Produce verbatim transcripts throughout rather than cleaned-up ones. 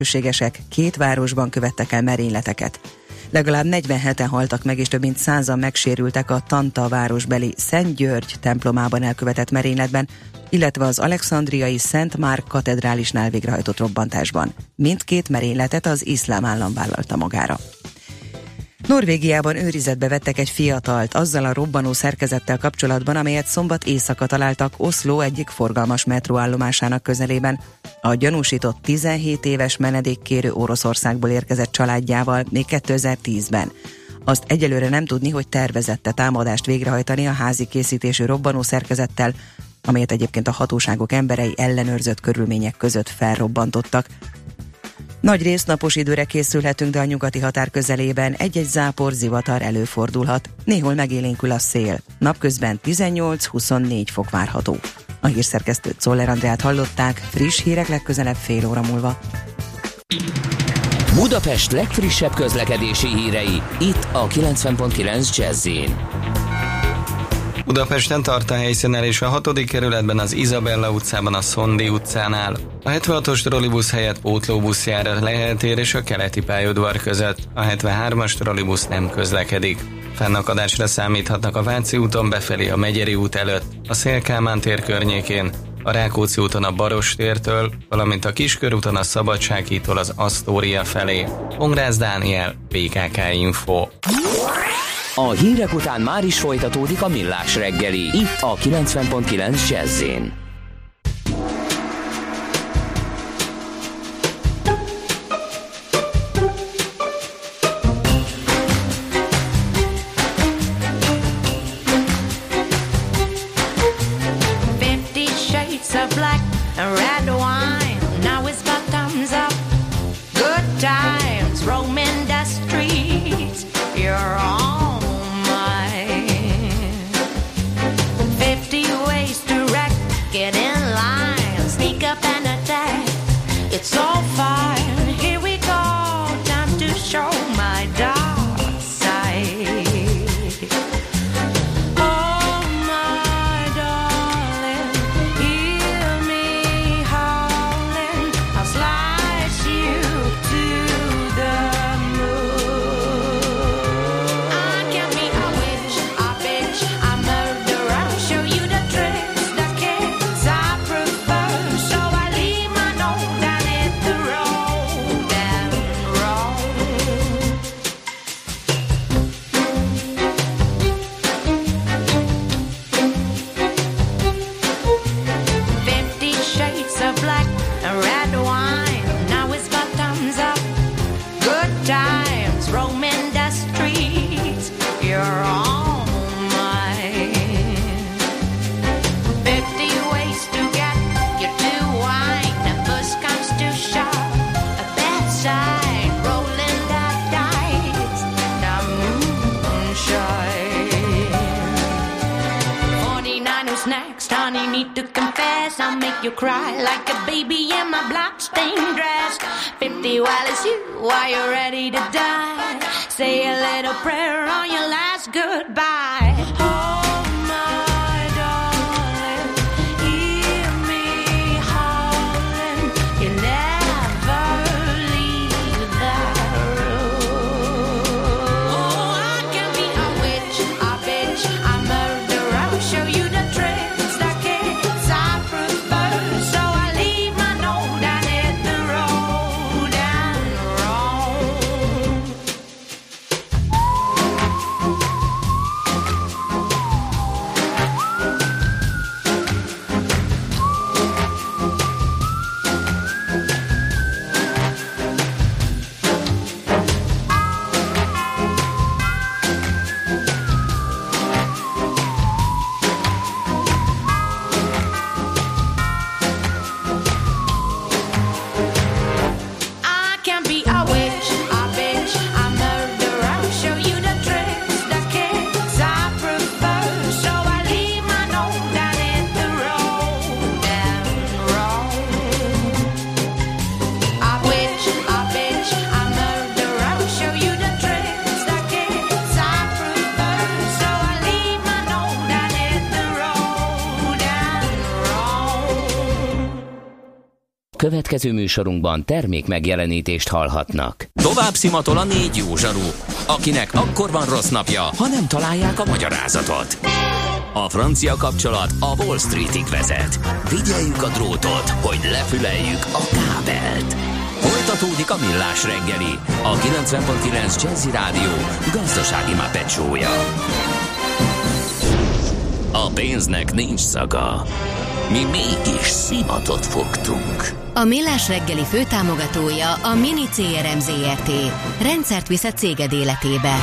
szélsőségesek két városban követtek el merényleteket. Legalább negyvenheten haltak meg, és több mint százan megsérültek a Tanta városbeli Szent György templomában elkövetett merényletben, illetve az alexandriai Szent Márk katedrálisnál végrehajtott robbantásban. Mindkét merényletet az iszlám állam vállalta magára. Norvégiában őrizetbe vettek egy fiatalt azzal a robbanó szerkezettel kapcsolatban, amelyet szombat éjszaka találtak Oszló egyik forgalmas metróállomásának közelében. A gyanúsított tizenhét éves menedékkérő Oroszországból érkezett családjával még kétezer-tízben. Azt egyelőre nem tudni, hogy tervezette támadást végrehajtani a házi készítésű robbanó szerkezettel, amelyet egyébként a hatóságok emberei ellenőrzött körülmények között felrobbantottak. Nagy részt napos időre készülhetünk, de a nyugati határ közelében egy-egy zápor, zivatar előfordulhat. Néhol megélénkül a szél. Napközben tizennyolc-huszonnégy fok várható. A hírszerkesztőt, Czoller Andreát hallották, friss hírek legközelebb fél óra múlva. Budapest legfrissebb közlekedési hírei, itt a kilencven pont kilenc Jazz-in. Budapesten tart a helyszínen és a hatodik kerületben az Izabella utcában a Szondi utcánál. A hetvenhatos trollibusz helyett pótlóbusz jár a Lehel-tér és a keleti pályaudvar között. A hetvenhármas trollibusz nem közlekedik. Fennakadásra számíthatnak a Váci úton befelé a Megyeri út előtt, a Széll-Kálmán tér környékén, a Rákóczi úton a Baros tértől, valamint a Kiskörúton a Szabadsághídtól az Asztória felé. Pongrász Dániel, bé ká ká Info. A hírek után már is folytatódik a Millás reggeli, itt a kilencven pont kilenc Jazz-in. Fifty shades of black and red wine. Now it's bottoms up. Good times roaming the streets. You're on. Get in line, sneak up and attack. It's all fine. Here we go. Time to show my dark side. Oh, my darling, hear me howling. I'll slice you to the moon. I can be a witch, a bitch, a murderer. I'll show you the trick. I'll make you cry like a baby in my blood-stained dress. Fifty while it's you, while you're ready to die. Say a little prayer on your last goodbye. Oh, my darling, hear me howling. You never leave the room. Oh, I can be a witch, a bitch, a murderer. I'll show you the tricks. Következő műsorunkban termék megjelenítést hallhatnak. Tovább szimatol a négy jó zsaru, akinek akkor van rossz napja, ha nem találják a magyarázatot. A francia kapcsolat a Wall Streetig vezet. Figyeljük a drótot, hogy lefüleljük a kábelt. Folytatódik a Millás reggeli, a kilencven pont kilenc Jazzy Rádió gazdasági Muppet show-ja. A pénznek nincs szaga. Mi mégis szimatot fogtunk. A Millás reggeli főtámogatója a Mini cé er em zé er té. Rendszert visz a céged életébe.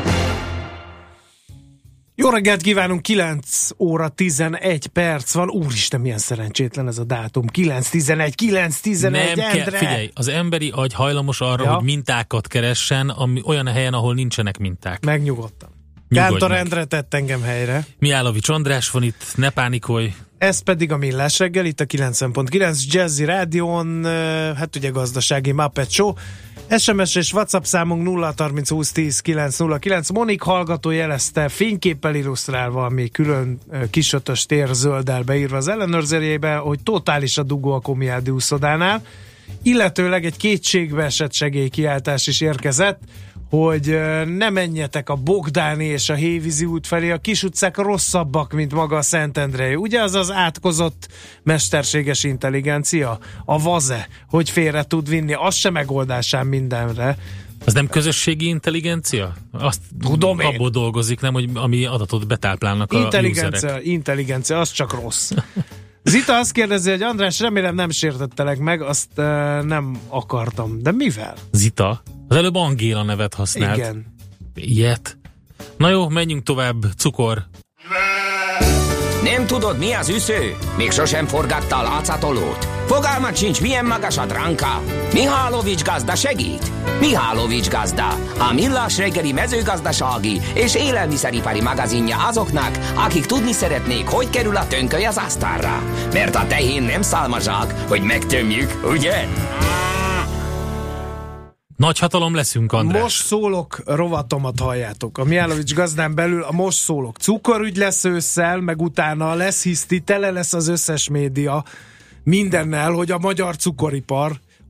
Jó reggelt kívánunk, kilenc óra tizenegy perc van. Úristen, milyen szerencsétlen ez a dátum. kilenc tizenegy, kilenc tizenegy, Nem Endre! kell, figyelj, az emberi agy hajlamos arra, ja. hogy mintákat keressen, ami, olyan helyen, ahol nincsenek minták. Megnyugodtam. Nyugodj Kántor meg. Endre tett engem helyre. Mihálovics András van itt, ne pánikolj. Ez pedig a Millás reggel, itt a kilencven pont kilenc Jazzy Rádión, hát ugye gazdasági Muppet Show. es em es és WhatsApp számunk nulla harminc húsz tíz kilenc nulla kilenc. Monik hallgató jelezte, fényképpel illusztrálva, ami külön kisötös tér zölddel beírva az ellenőrzőjébe, hogy totális a dugó a Komiádi úszodánál, illetőleg egy kétségbe esett segélykiáltás is érkezett, hogy ne menjetek a Bogdáni és a Hévízi út felé, a kis utcák rosszabbak, mint maga a Szentendrei. Ugye az az átkozott mesterséges intelligencia, a vaze, hogy félre tud vinni, az se megoldásán mindenre. Az nem közösségi intelligencia? Azt Tudom én. abból dolgozik, nem, hogy ami adatot betáplálnak a Intelligencia, userek. intelligencia, az csak rossz. Zita azt kérdezi, hogy András, remélem nem sértettelek meg, azt uh, nem akartam. De mivel? Zita? Az előbb Angéla nevet használt. Igen. Ilyet. Na jó, menjünk tovább. Cukor. Nem tudod, mi az üsző? Még sosem forgatta a látszatolót? Fogalmat sincs, milyen magas a dránka? Mihálovics gazda segít? Mihálovics gazda, a Millás reggeli mezőgazdasági és élelmiszeripari magazinja azoknak, akik tudni szeretnék, hogy kerül a tönköly az asztalra. Mert a tehén nem szálmazsák, hogy megtömjük, ugye? Nagy hatalom leszünk, András. Most szólok rovatomat halljátok. A Mihálovics gazdán belül a most szólok. Cukorügy lesz ősszel, meg utána lesz hiszti, tele lesz az összes média mindennel, hogy a magyar cukoripar,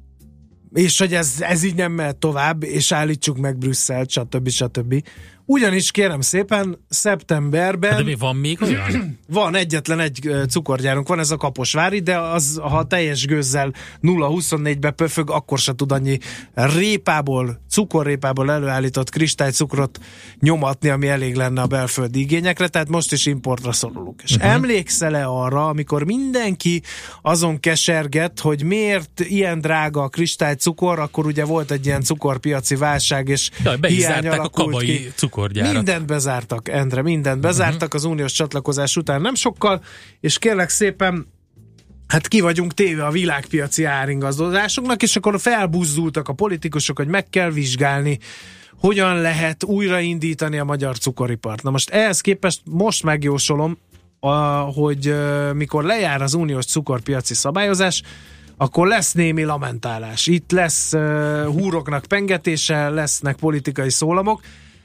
és hogy ez, ez így nem mehet tovább, és állítsuk meg Brüsszelt, stb. stb. Ugyanis kérem szépen, szeptemberben... De mi van még olyan? Van egyetlen egy cukorgyárunk, van ez a Kaposvári, de az, ha teljes gőzzel nulla huszonnégybe pöfög, akkor se tud annyi répából, cukorrépából előállított kristálycukrot nyomatni, ami elég lenne a belföldi igényekre, tehát most is importra szorulunk. És uh-huh. emlékszel-e arra, amikor mindenki azon keserget, hogy miért ilyen drága a kristálycukor, akkor ugye volt egy ilyen cukorpiaci válság, és Jaj, be is zárták a Kabai ki. cukorgyárat. Mindent bezártak, Endre, mindent bezártak uh-huh. az uniós csatlakozás után nem sokkal, és kérlek szépen, hát ki vagyunk téve a világpiaci áringazolásoknak, és akkor felbuzzultak a politikusok, hogy meg kell vizsgálni, hogyan lehet újraindítani a magyar cukoripart. Na most ehhez képest most megjósolom, a, hogy uh, mikor lejár az uniós cukorpiaci szabályozás, akkor lesz némi lamentálás. Itt lesz uh, húroknak pengetése, lesznek politikai szólamok,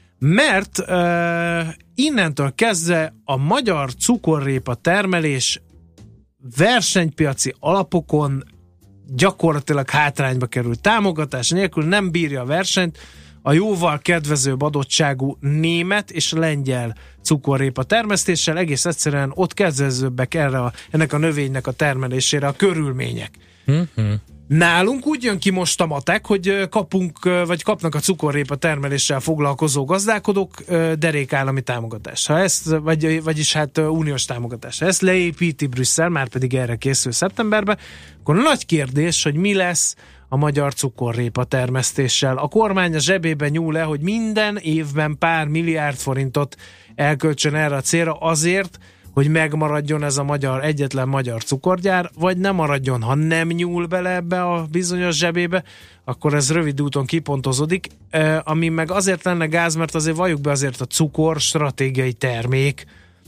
mert uh, innentől kezdve a magyar cukorrépa termelés versenypiaci alapokon gyakorlatilag hátrányba kerül. Támogatás nélkül nem bírja a versenyt a jóval kedvezőbb adottságú német és lengyel cukorrépa termesztéssel, egész egyszerűen ott kedvezőbbek erre a, ennek a növénynek a termelésére a körülmények. Mm-hmm. Nálunk úgy jön ki most a matek, hogy kapunk, vagy kapnak a cukorrépa termeléssel foglalkozó gazdálkodók derék állami támogatást. Ha ezt, vagy, vagyis hát uniós támogatást. Ha ezt leépíti Brüsszel, már pedig erre készül szeptemberben, akkor nagy kérdés, hogy mi lesz a magyar cukorrépa termesztéssel. A kormány a zsebébe nyúl-e, hogy minden évben pár milliárd forintot elköltsön erre a célra azért, hogy megmaradjon ez a magyar, egyetlen magyar cukorgyár, vagy nem maradjon. Ha nem nyúl bele ebbe a bizonyos zsebébe, akkor ez rövid úton kipontozódik, eh, ami meg azért lenne gáz, mert azért valljuk be, azért a cukor stratégiai termék,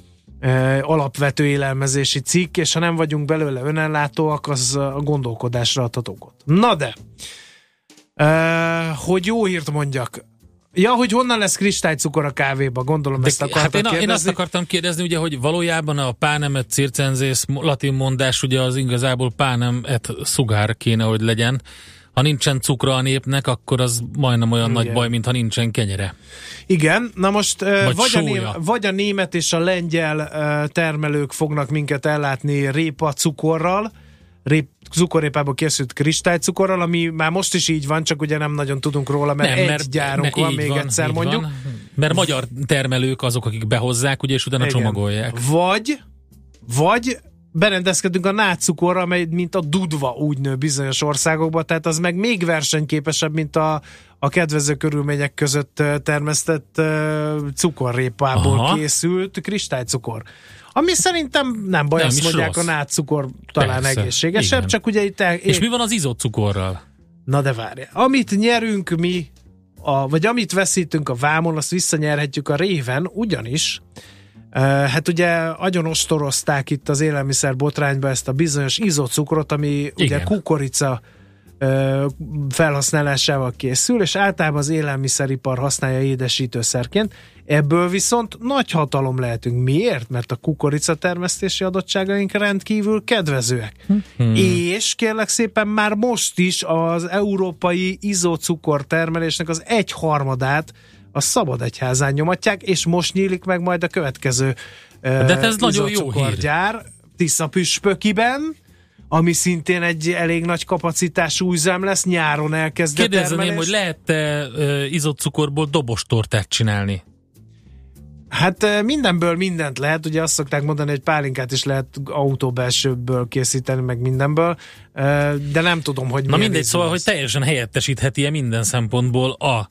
eh, alapvető élelmezési cikk, és ha nem vagyunk belőle önellátóak, az a gondolkodásra adhat okot. Na de, eh, hogy jó hírt mondjak, Ja, hogy honnan lesz kristálycukor a kávéba, gondolom. De ezt akartam hát én, kérdezni. én azt akartam kérdezni, ugye, hogy valójában a pánem et circenzés latin mondás, ugye az igazából pánem et szugár kéne, hogy legyen. Ha nincsen cukra a népnek, akkor az majdnem olyan Igen. nagy baj, mint ha nincsen kenyere. Igen, na most vagy, vagy, a, ném, sója. vagy a német és a lengyel uh, termelők fognak minket ellátni répa cukorral, rép, cukorrépából készült kristálycukorral, ami már most is így van, csak ugye nem nagyon tudunk róla, mert nem, egy mert, gyárunk van, még van, egyszer mondjuk. Van. Mert magyar termelők azok, akik behozzák, ugye, és utána Igen. csomagolják. Vagy, vagy berendezkedünk a nátscukorra, amely mint a dudva úgy nő bizonyos országokban, tehát az meg még versenyképesebb, mint a, a kedvező körülmények között termesztett uh, cukorrépából Aha. készült kristálycukor. Ami szerintem nem baj, nem azt mondják, rossz. A nátszukor talán Persze. egészségesebb, Igen. csak ugye itt... El, És mi van az izocukorral? Na de várjál, amit nyerünk mi, a, vagy amit veszítünk a vámon, azt visszanyerhetjük a réven, ugyanis uh, hát ugye agyon ostorozták itt az élelmiszer botrányba ezt a bizonyos izocukrot, ami Igen. ugye kukorica uh, felhasználásával készül, és általában az élelmiszeripar használja édesítőszerként. Ebből viszont nagy hatalom lehetünk. Miért? Mert a kukorica termesztési adottságaink rendkívül kedvezőek. Hmm. És kérlek szépen már most is az európai izocukor termelésnek az egyharmadát a Szabadegyházán nyomatják, és most nyílik meg majd a következő De ez nagyon jó hír. Tiszapüspökiben, ami szintén egy elég nagy kapacitású üzem lesz, nyáron elkezdett termelés. Kérdezném, hogy lehet-e uh, izocukorból dobostortát csinálni? Hát mindenből mindent lehet, ugye azt szokták mondani, hogy pálinkát is lehet autóbelsőbből készíteni, meg mindenből, de nem tudom, hogy Na mindegy, szóval, lesz. Hogy teljesen helyettesítheti-e minden szempontból a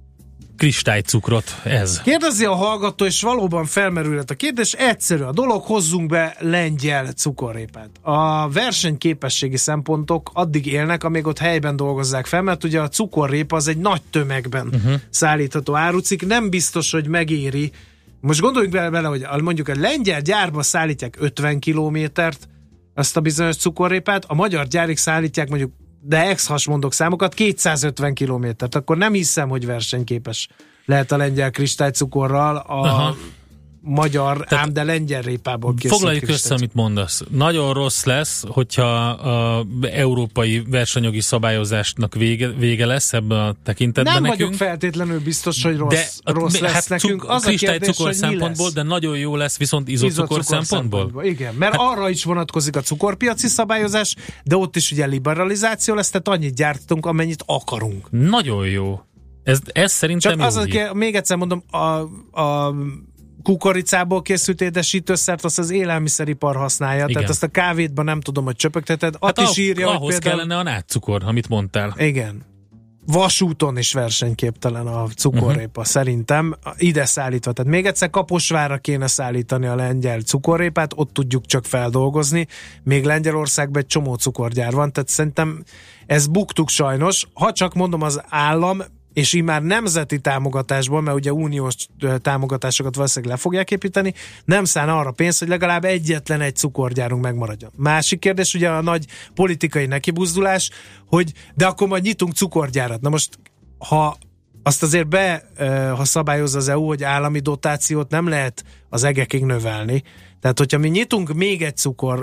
kristálycukrot ez. Kérdezi a hallgató, és valóban felmerülhet a kérdés, egyszerű a dolog, hozzunk be lengyel cukorrépát. A versenyképességi szempontok addig élnek, amíg ott helyben dolgozzák fel, mert ugye a cukorrépa az egy nagy tömegben uh-huh. szállítható árucik, nem biztos, hogy megéri. Most gondoljunk bele, hogy mondjuk a lengyel gyárba szállítják ötven kilométert azt a bizonyos cukorrépát, a magyar gyárig szállítják mondjuk, de ex-has mondok számokat, kétszázötven kilométert, akkor nem hiszem, hogy versenyképes lehet a lengyel kristálycukorral a Aha. magyar, Tehát ám de lengyel répából készült. Foglaljuk össze, amit mondasz. Nagyon rossz lesz, hogyha a európai versenyjogi szabályozásnak vége, vége lesz ebben a tekintetben Nem nekünk. vagyok feltétlenül biztos, hogy rossz, de, rossz lesz hát nekünk. Az a kérdés, hogy szempontból, de nagyon jó lesz viszont izocukor szempontból. szempontból. Igen, mert hát, arra is vonatkozik a cukorpiaci szabályozás, de ott is ugye liberalizáció lesz, tehát annyit gyártunk, amennyit akarunk. Nagyon jó. Ez, ez szerintem Csak jó az, hír. Még egyszer mondom, a, a kukoricából készült édesítőszert azt az élelmiszeripar használja, Igen. tehát azt a kávétban nem tudom, hogy csöpögteted. Hát Ott is írja, ahhoz hogy például... kellene a nátszukor, amit mondtál. Igen. Vasúton is versenyképtelen a cukorrépa, uh-huh. szerintem, ide szállítva. Tehát még egyszer Kaposvárra kéne szállítani a lengyel cukorrépát, ott tudjuk csak feldolgozni. Még Lengyelországban egy csomó cukorgyár van, tehát szerintem ez buktuk sajnos. Ha csak mondom, az állam és így már nemzeti támogatásból, mert ugye uniós támogatásokat valószínűleg le fogják építeni, nem szán arra pénzt, hogy legalább egyetlen egy cukorgyárunk megmaradjon. Másik kérdés, ugye a nagy politikai nekibuzdulás, hogy de akkor majd nyitunk cukorgyárat. Na most, ha azt azért be, ha szabályozza az é u, hogy állami dotációt nem lehet az egekig növelni, tehát hogyha mi nyitunk még egy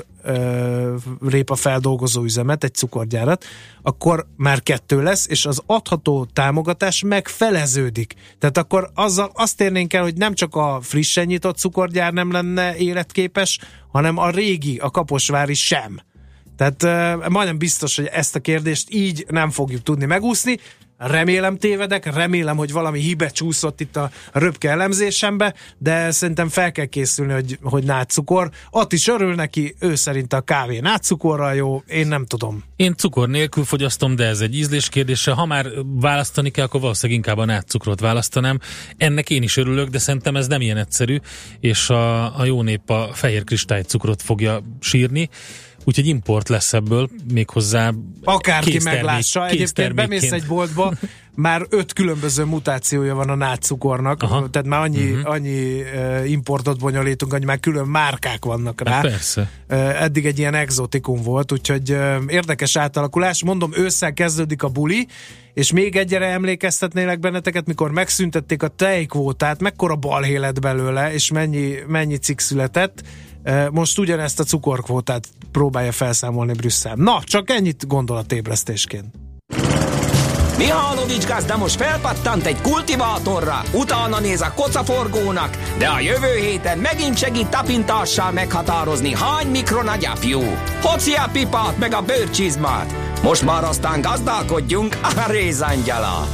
cukorrépa feldolgozó üzemet, egy cukorgyárat, akkor már kettő lesz, és az adható támogatás megfeleződik. Tehát akkor azzal azt érnénk el, hogy nem csak a frissen nyitott cukorgyár nem lenne életképes, hanem a régi, a kaposvári sem. Tehát uh, majdnem biztos, hogy ezt a kérdést így nem fogjuk tudni megúszni. Remélem tévedek, remélem, hogy valami hibe csúszott itt a röpke elemzésembe, de szerintem fel kell készülni, hogy, hogy nátszukor. Ott is örül neki, ő szerint a kávé nátcukorral jó, én nem tudom. Én cukor nélkül fogyasztom, de ez egy ízlés kérdése. Ha már választani kell, akkor valószínűleg inkább a nátcukrot választanám. Ennek én is örülök, de szerintem ez nem ilyen egyszerű, és a, a jó nép a fehér kristálycukrot fogja sírni. úgyhogy import lesz ebből, méghozzá akárki meglássa. Egyébként bemész egy boltba, már öt különböző mutációja van a nátscukornak, aha. Tehát már annyi, uh-huh. annyi uh, importot bonyolítunk, annyi már külön márkák vannak rá. Hát persze. Uh, eddig egy ilyen exotikum volt, úgyhogy uh, érdekes átalakulás. Mondom, ősszel kezdődik a buli, és még egyre emlékeztetnélek benneteket, mikor megszüntették a tejkvótát, mekkora balhé lett belőle, és mennyi, mennyi cikk született. Uh, most ugyanezt a cukorkvótát próbálja felszámolni Brüsszel. Na, csak ennyit gondolatébresztésként. Mihálovics gazda most felpattant egy kultivátorra, utána néz a kocaforgónak, de a jövő héten megint segít tapintással meghatározni, hány mikron a gyapjú. Hoci a pipát meg a bőrcsizmát. Most már aztán gazdálkodjunk a rézangyala.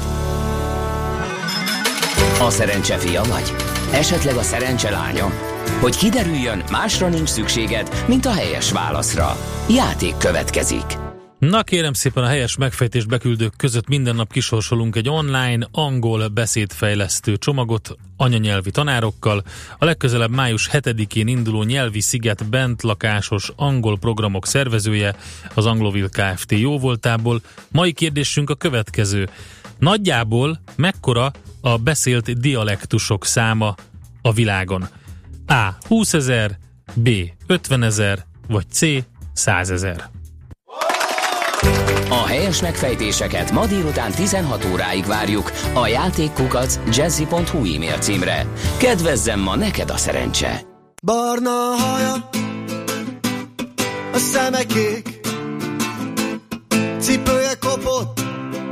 A szerencse fia vagy? Esetleg a szerencse lánya? Hogy kiderüljön, másra nincs szükséged, mint a helyes válaszra. Játék következik. Na kérem szépen, a helyes megfejtés beküldők között minden nap kisorsolunk egy online angol beszédfejlesztő csomagot anyanyelvi tanárokkal. A legközelebb május hetedikén induló Nyelvi Sziget bentlakásos angol programok szervezője az Anglovil Kft. Jóvoltából. Mai kérdésünk a következő. Nagyjából mekkora a beszélt dialektusok száma a világon? A. húszezer, B. ötvenezer, vagy C. százezer. A helyes megfejtéseket ma délután tizenhat óráig várjuk a játékkukac jazzy pont hu e-mail címre. Kedvezzem ma neked a szerencse! Barna haja, a szeme kék, cipője kopott,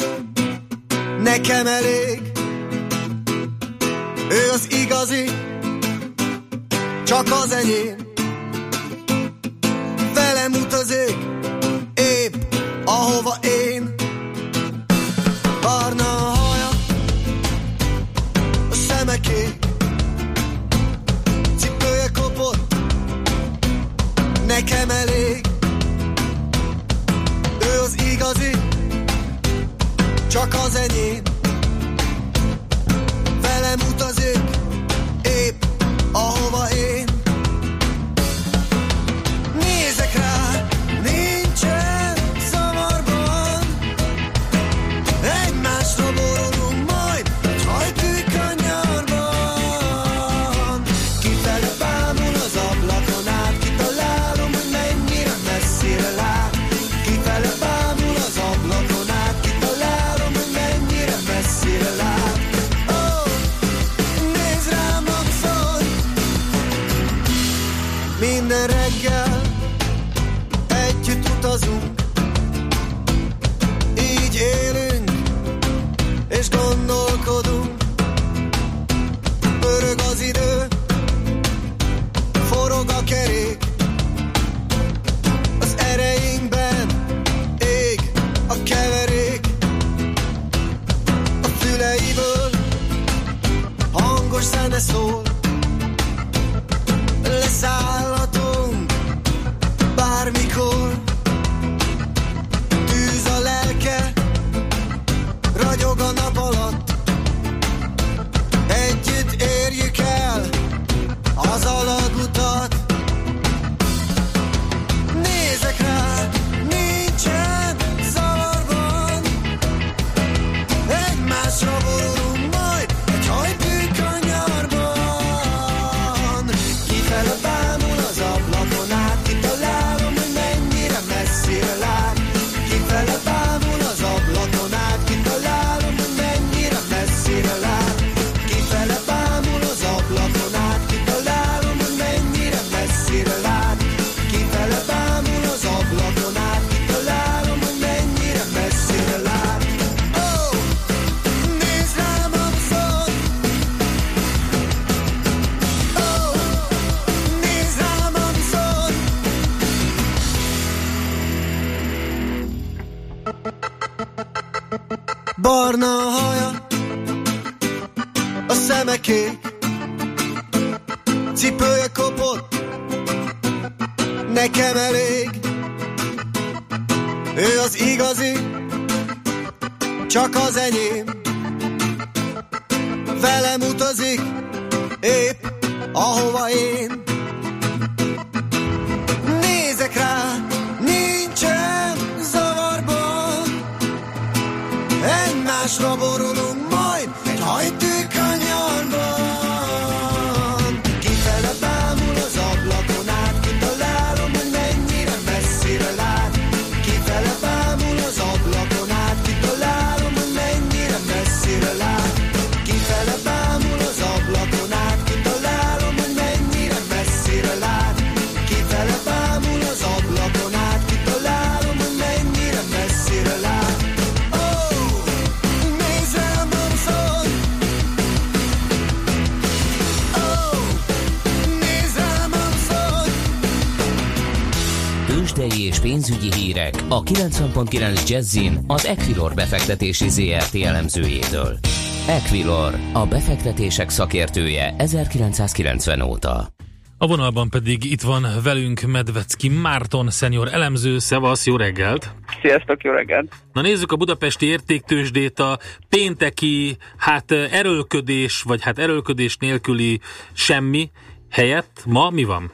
nekem elég. Ő az igazi, csak az enyém. Velem utazik, épp ahova én. Barna haja, a szeme kék, cipője kopott, nekem elég. Ő az igazi, csak az enyém. Velem utazik, épp ahova én. Nézek rá, nincsen zavarban, egymásra borulunk majd egy hajtű kanyarban. Kifele bámul az ablakon át, kitalálom, hogy mennyire messzire lát. Kifele bámul az ablakon át, kitalálom, hogy mennyire messzire lát. Oh, nézd rám, magzol, minden reggel együtt utazunk, így élünk és gondolkodunk. Pörög az idő, forog a kerék, az erejünkben ég a keverék. A füleiből hangos zene szól, leszállhatunk bármikor. Tűz a lelke, ragyog a nap alatt, együtt érjük el az alagutat. Nézek rá, nincsen zavarban, egymásra borulunk majd egy hajtű kanyarban. Kifele bámul az ablakon át, kitalálom, hogy mennyire messzire lát. Kifele bámul az ablakon át, kitalálom, hogy mennyire messzire lát. Kifele bámul az ablakon át, kitalálom, hogy mennyire messzire lát. Kifele bámul az ablakon át, kitalálom, hogy mennyire messzire lát. Oh, nézd rám, abszolút. Oh, nézd rám, abszolút. Barna haja, a szeme kék, cipője kopott, nekem elég. Ő az igazi, csak az enyém. Velem utazik, épp ahova én. Nézek rá, egymásra borulunk majd egy hajtőkanyarban. Kifele bámul az ablakon át, kitalálom, hogy mennyire messzire lát. Kifele bámul az ablakon át, kitalálom, hogy mennyire messzire lát. Kifele bámul az ablakon át, kitalálom, hogy mennyire messzire lát. Kifele bámul az ablakon át, kitalálom, hogy mennyire messzire lát. Oh, nézd rám, mamszon! Oh, nézd rám, mamszon! Tőzsdei és pénzügyi hírek a kilencven pont kilenc Jazzin az Equilor befektetési zé er té elemzőjétől. Equilor, a befektetések szakértője ezerkilencszázkilencven óta. A vonalban pedig itt van velünk Medvecki Márton, szenior elemző. Szevasz, jó reggelt! Sziasztok, jó reggelt! Na nézzük a budapesti értéktőzsdét, a pénteki, hát erőlködés, vagy hát erőlködés nélküli semmi helyett. Ma mi van?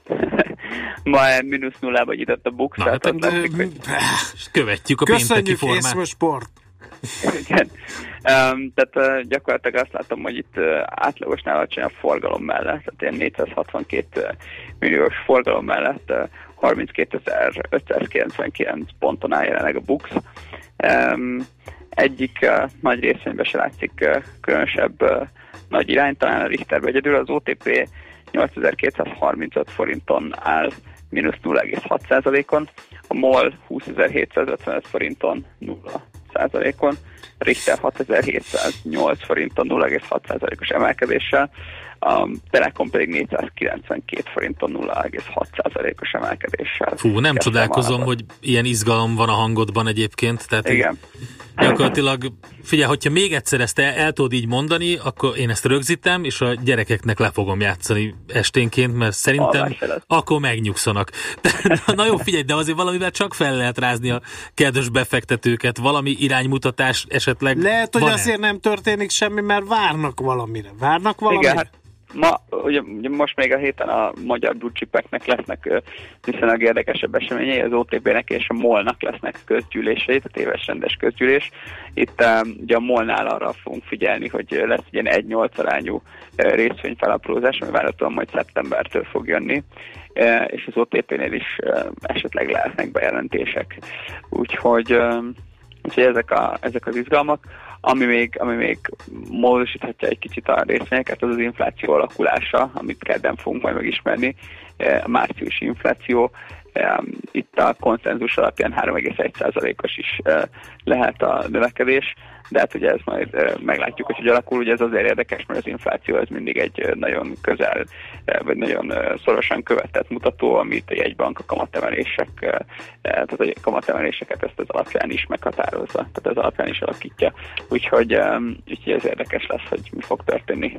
Ma mínusz nullába nyitott a Bux. Na, hát, látszik, hogy... Követjük a pénteki formát. Köszönjük, sport! Igen. Um, tehát uh, gyakorlatilag azt látom, hogy itt uh, átlagosnál alacsonyabb forgalom mellett, tehát ilyen négyszázhatvankét uh, milliós forgalom mellett uh, harminckétezer-ötszázkilencvenkilenc ponton áll jelenleg a Bux. Um, egyik uh, nagy részvényben se látszik uh, különösebb uh, nagy irány, talán a Richterben egyedül. Az o té pé nyolcezer-kétszázharmincöt forinton áll, mínusz nulla egész hat százalékon, a MOL húszezer-hétszázötvenöt forinton nulla százalékon, Richter hatezer-hétszáznyolc forinton nulla egész hat százalékos emelkedéssel, a Telekom pedig négyszázkilencvenkét forinton nulla egész hat százalékos emelkedéssel. Fú, nem csodálkozom, hogy ilyen izgalom van a hangodban egyébként. Tehát igen. Gyakorlatilag, figyelj, hogyha még egyszer ezt el, el tudod így mondani, akkor én ezt rögzítem, és a gyerekeknek le fogom játszani esténként, mert szerintem akkor megnyugszanak. Na jó, figyelj, de azért valamivel csak fel lehet rázni a kedves befektetőket, valami iránymutatás esetleg. Lehet, hogy van-e? azért nem történik semmi, mert várnak valamire. Várnak valamire? Igen, hát ma, ugye, ugye most még a héten a magyar blue chipeknek lesznek uh, viszonylag érdekesebb eseményei, az o té pé-nek és a MOL-nak lesznek közgyűlései, tehát éves rendes közgyűlés. Itt uh, ugye a MOL-nál arra fogunk figyelni, hogy lesz egy ilyen egy nyolc arányú uh, részvényfelaprózás, ami várhatóan majd szeptembertől fog jönni, uh, és az o té pé-nél is uh, esetleg lehetnek bejelentések. Úgyhogy, uh, úgyhogy ezek, a, ezek az izgalmak. Ami még, ami még módosíthatja egy kicsit a részvényeket, az az infláció alakulása, amit kedden fogunk majd megismerni, a márciusi infláció. Itt a konszenzus alapján három egész egy százalékos is lehet a növekedés, de hát ugye ez majd meglátjuk, hogy hogy alakul. Ugye ez azért érdekes, mert az infláció ez mindig egy nagyon közel, vagy nagyon szorosan követett mutató, amit a jegybank a kamatemelések, tehát a kamatemeléseket ezt az alapján is meghatározza, tehát az alapján is alakítja. Úgyhogy, úgyhogy ez érdekes lesz, hogy mi fog történni.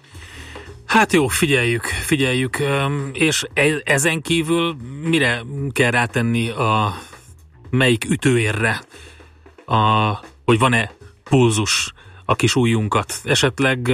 Hát jó, figyeljük, figyeljük, és ezen kívül mire kell rátenni a melyik ütőérre, a, hogy van-e pulzus a kis ujjunkat? Esetleg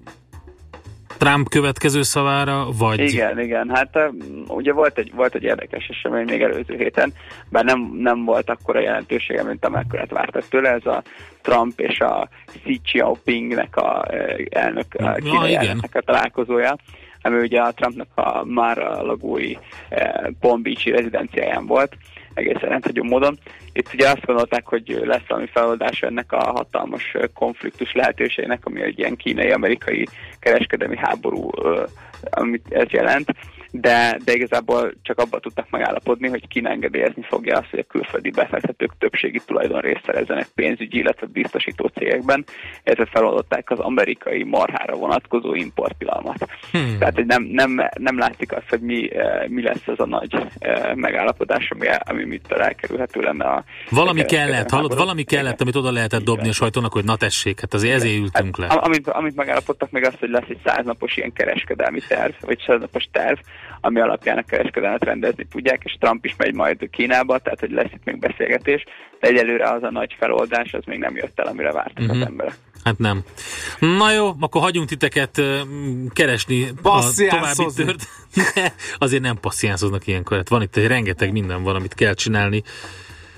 Trump következő szavára, vagy... Igen, igen, hát ugye volt egy, volt egy érdekes esemény még előző héten, bár nem, nem volt akkora jelentősége, mint amekkorát vártak tőle, ez a Trump és a Xi Jinpingnek a elnök a kínai ja, elnöknek a találkozója, ami ugye a Trumpnak a már a lagói Palm Beach-i rezidenciáján volt, egészen rendhagyó módon. Itt ugye azt gondolták, hogy lesz valami feloldása ennek a hatalmas konfliktus lehetőségnek, ami egy ilyen kínai-amerikai kereskedelmi háború, amit ez jelent, de, de igazából csak abban tudtak megállapodni, hogy Kína engedélyezni fogja azt, hogy a külföldi befektetők többségi tulajdonrészt szerezzenek pénzügyi, illetve biztosító cégekben, ezzel feloldották az amerikai marhára vonatkozó importtilalmat. Hmm. Tehát hogy nem, nem, nem látszik azt, hogy mi, mi lesz az a nagy megállapodás, ami, ami mit elkerülhető lenne a... Valami kellett, hallod, valami kellett, amit oda lehetett dobni a sajtónak, hogy na tessék, hát azért ezért ültünk hát, le. Amit, amit megállapodtak még azt, hogy lesz egy száznapos ilyen kereskedelmi terv, vagy száznapos terv, ami alapján a kereskedelmet rendezni tudják, és Trump is megy majd Kínába, tehát hogy lesz itt még beszélgetés, de egyelőre az a nagy feloldás, az még nem jött el, amire vártak uh-huh. az emberek. Hát nem. Na jó, akkor hagyjunk titeket uh, keresni a további tört. Azért nem passziánszoznak ilyenkor. Hát van itt egy rengeteg minden van, amit kell csinálni.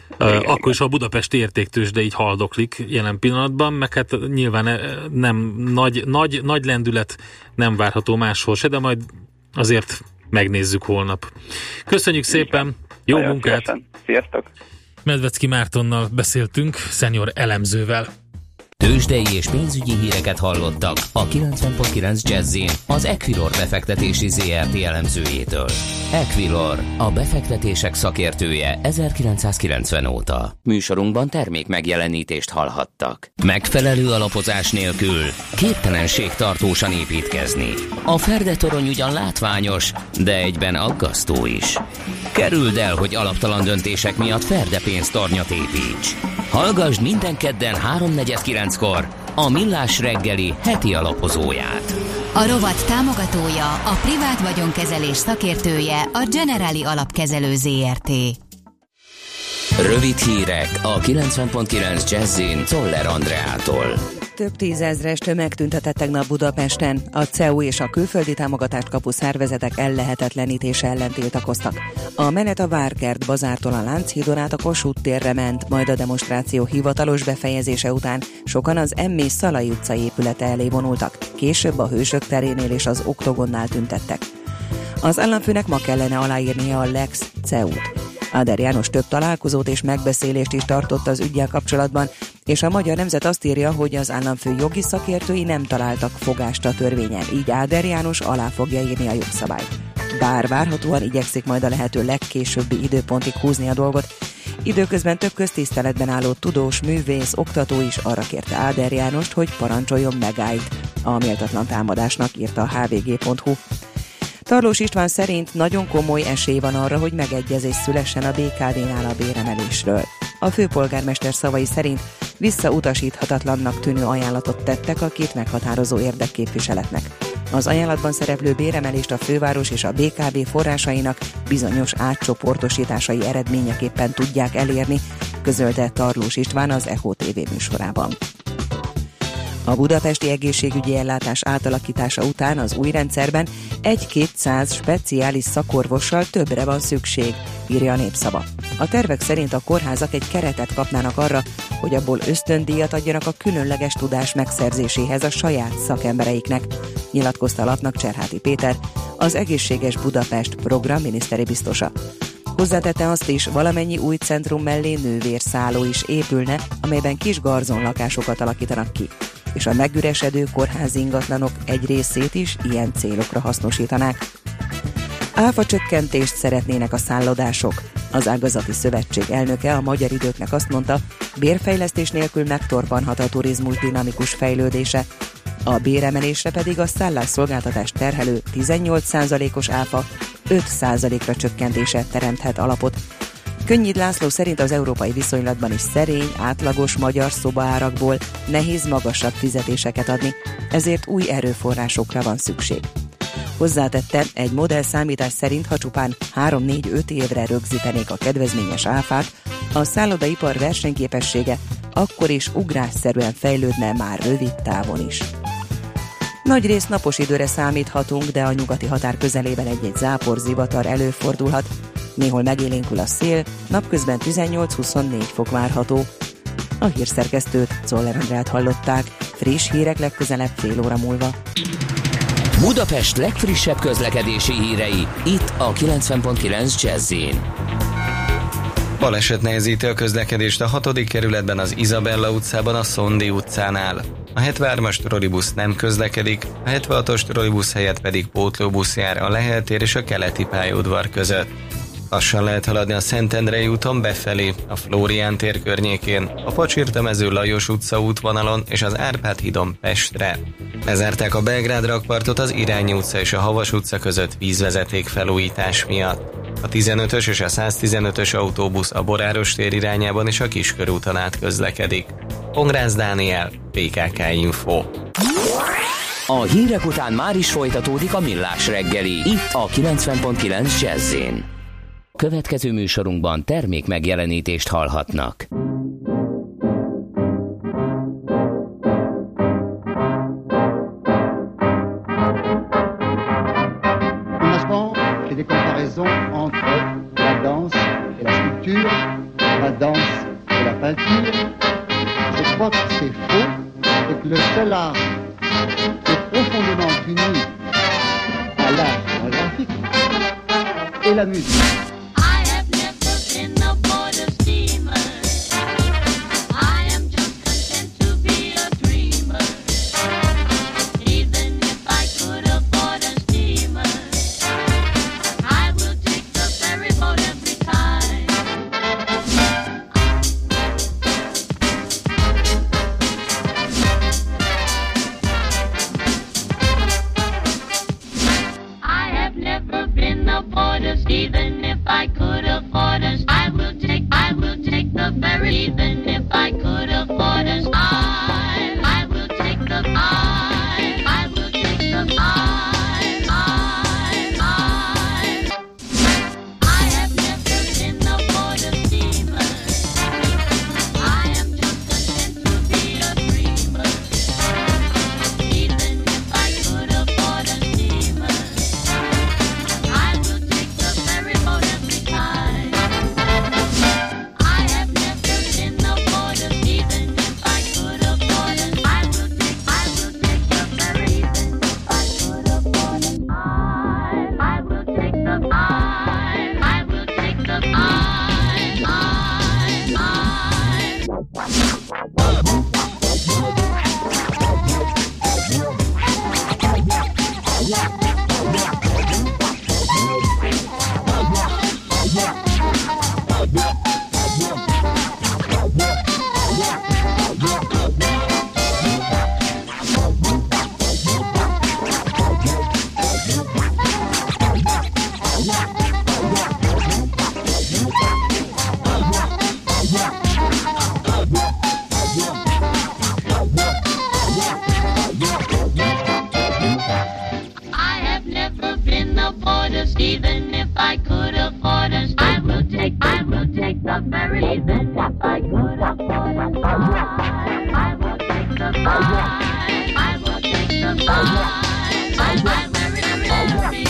Igen, akkor is a budapesti értéktőzsde így haldoklik jelen pillanatban, meg hát nyilván nem nagy, nagy, nagy lendület nem várható máshol se, de majd azért megnézzük holnap. Köszönjük szépen, jó Nagyon munkát! Szépen. Sziasztok! Medvecki Mártonnal beszéltünk, szenior elemzővel. Tőzsdei és pénzügyi híreket hallottak a kilencven pont kilenc Jazzin az Equilor befektetési zé er té elemzőjétől. Equilor, a befektetések szakértője ezerkilencszázkilencven óta. Műsorunkban termék megjelenítést hallhattak. Megfelelő alapozás nélkül képtelenség tartósan építkezni. A Ferdetorony ugyan látványos, de egyben aggasztó is. Kerüld el, hogy alaptalan döntések miatt Ferde pénztornyot építs. Hallgasd minden kedden háromnegyed kilenckor a Millás reggeli heti alapozóját. A rovat támogatója, a privát vagyonkezelés szakértője, a Generali Alapkezelő zé er té. Rövid hírek a kilencven pont kilenc Jazzin Czoller Andreától. Több tízezres tömeg tüntetett tegnap Budapesten. A cé e u és a külföldi támogatást kapó szervezetek ellehetetlenítése ellen tiltakoztak. A menet a Várkert bazártól a Lánchídon át a Kossuth térre ment, majd a demonstráció hivatalos befejezése után sokan az em é Szalai utca épülete elé vonultak. Később a Hősök terénél és az Oktogonnál tüntettek. Az államfőnek ma kellene aláírnia a Lex cé e u-t. Áder János több találkozót és megbeszélést is tartott az üggyel kapcsolatban, és a Magyar Nemzet azt írja, hogy az államfő jogi szakértői nem találtak fogást a törvényen, így Áder János alá fogja írni a jogszabályt. Bár várhatóan igyekszik majd a lehető legkésőbbi időpontig húzni a dolgot, időközben több köztiszteletben álló tudós, művész, oktató is arra kérte Áder Jánost, hogy parancsoljon megállt a méltatlan támadásnak, írta a há vé gé pont hú. Tarlós István szerint nagyon komoly esély van arra, hogy megegyezés szülessen a bé ká vé-nál a béremelésről. A főpolgármester szavai szerint visszautasíthatatlannak tűnő ajánlatot tettek a két meghatározó érdekképviseletnek. Az ajánlatban szereplő béremelést a főváros és a bé ká vé forrásainak bizonyos átcsoportosításai eredményeképpen tudják elérni, közölte Tarlós István az Echo té vé műsorában. A budapesti egészségügyi ellátás átalakítása után az új rendszerben egy-kétszáz speciális szakorvossal többre van szükség, írja a Népszava. A tervek szerint a kórházak egy keretet kapnának arra, hogy abból ösztöndíjat adjanak a különleges tudás megszerzéséhez a saját szakembereiknek, nyilatkozta a lapnak Cserháti Péter, az Egészséges Budapest program miniszteri biztosa. Hozzátette azt is, valamennyi új centrum mellé nővérszálló is épülne, amelyben kis garzonlakásokat alakítanak ki, és a megüresedő kórházi ingatlanok egy részét is ilyen célokra hasznosítanák. Áfa csökkentést szeretnének a szállodások. Az ágazati szövetség elnöke a Magyar Időknek azt mondta, bérfejlesztés nélkül megtorpanhat a turizmus dinamikus fejlődése. A béremelésre pedig a szállásszolgáltatást terhelő tizennyolc százalékos áfa öt százalékra csökkentése teremthet alapot. Könnyid László szerint az európai viszonylatban is szerény, átlagos magyar szobaárakból nehéz magasabb fizetéseket adni, ezért új erőforrásokra van szükség. Hozzátette, egy modell számítás szerint, ha csupán három-négy-öt évre rögzítenék a kedvezményes áfát, a szállodaipar versenyképessége akkor is ugrásszerűen fejlődne már rövid távon is. Nagyrészt napos időre számíthatunk, de a nyugati határ közelében egy-egy záporzivatar előfordulhat. Néhol megélénkül a szél, napközben tizennyolc-huszonnégy fok várható. A hírszerkesztőt, Czoller Andrát hallották, friss hírek legközelebb fél óra múlva. Budapest legfrissebb közlekedési hírei, itt a kilencven pont kilenc Jazz-in. Baleset nehezíti a közlekedést a hatodik kerületben az Izabella utcában a Szondi utcánál. A hetvenhármas trollibusz nem közlekedik, a hetvenhatos trollibusz helyett pedig pótlóbusz jár a Lehel tér és a keleti pályaudvar között. Lassan lehet haladni a Szentendrei úton befelé, a Flórián tér környékén, a Pacsirtamező Lajos utca útvonalon és az Árpád hídon Pestre. Lezárták a Belgrád rakpartot az Irányi utca és a Havas utca között vízvezeték felújítás miatt. A tizenötös és a száztizenötös autóbusz a Boráros tér irányában és a Kiskörúton át közlekedik. Pongrász Dániel, bé ká ká Info. A hírek után már is folytatódik a Millás reggeli, itt a kilencven pont kilenc Jazz-in. Következő műsorunkban termék megjelenítést hallhatnak. Des comparaisons entre la danse et la sculpture, la danse c'est que le seul art est profondément uni à l'art graphique et la musique. Even if I could afford us, I will take, I will take the ferry. Even if I could afford us, I, I will take the, I, I will take the, I, I, I. I have never been aboard a steamer. I am just content to be a dreamer. Even if I could afford a steamer. Even if I could afford us, I will take, I will take the ferry. Even if I could afford us, I, I will take the ferry. I will take the ferry. I, I'm very, very,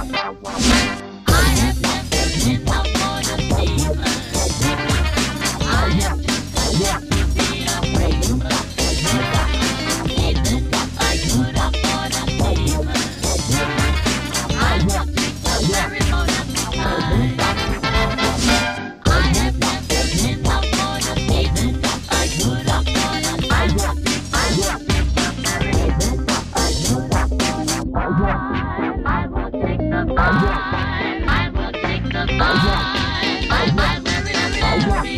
I have never been aboard a steamer. I am just content to be a dreamer. Even if I could afford a steamer, I will take very much time. I have never been aboard a even if I could afford it. I will take, I will take the ferry. Even if I could afford it. I will take the flight. I will take the flight. I'm very, very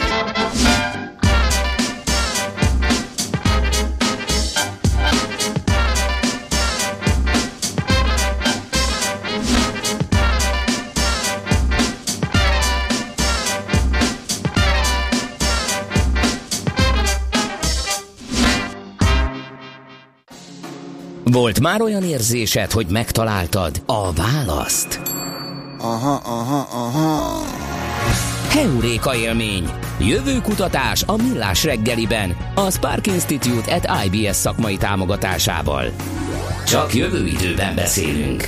Volt már olyan érzésed, hogy megtaláltad a választ? Aha, aha, aha. Heuréka élmény. Jövőkutatás a Millás reggeliben, a Spark Institute at I B S szakmai támogatásával. Csak jövő időben beszélünk.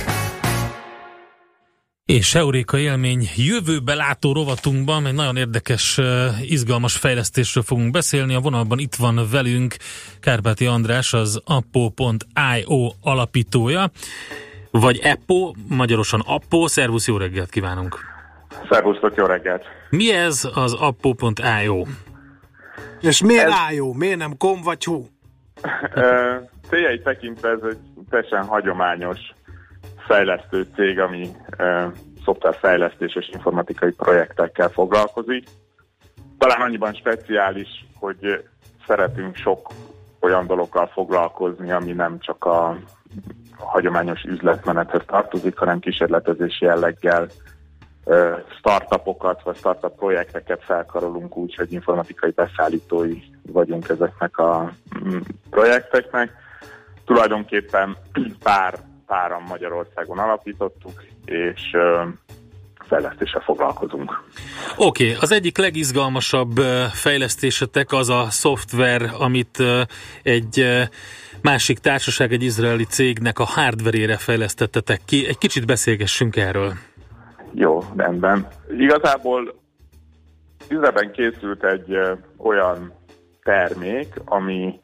És Heuréka élmény jövőbe látó rovatunkban egy nagyon érdekes, izgalmas fejlesztésről fogunk beszélni. A vonalban itt van velünk Kárpáti András, az appo pont io alapítója, vagy Eppo, magyarosan Appo. Szervusz, jó reggelt kívánunk! Szervusztok, jó reggelt! Mi ez az appo pont io? És miért ez... io? Miért nem kom vagy hú? Céljai tekintve ez egy teljesen hagyományos fejlesztő cég, ami e, szoftverfejlesztés és informatikai projektekkel foglalkozik. Talán annyiban speciális, hogy szeretünk sok olyan dologgal foglalkozni, ami nem csak a hagyományos üzletmenethez tartozik, hanem kísérletezési jelleggel e, startupokat vagy startup projekteket felkarolunk úgy, hogy informatikai beszállítói vagyunk ezeknek a mm, projekteknek. Tulajdonképpen pár páran Magyarországon alapítottuk, és uh, fejlesztéssel foglalkozunk. Oké, okay, az egyik legizgalmasabb uh, fejlesztésetek az a szoftver, amit uh, egy uh, másik társaság, egy izraeli cégnek a hardverére fejlesztettetek ki. Egy kicsit beszélgessünk erről. Jó, rendben. Igazából Izraelben készült egy uh, olyan termék, ami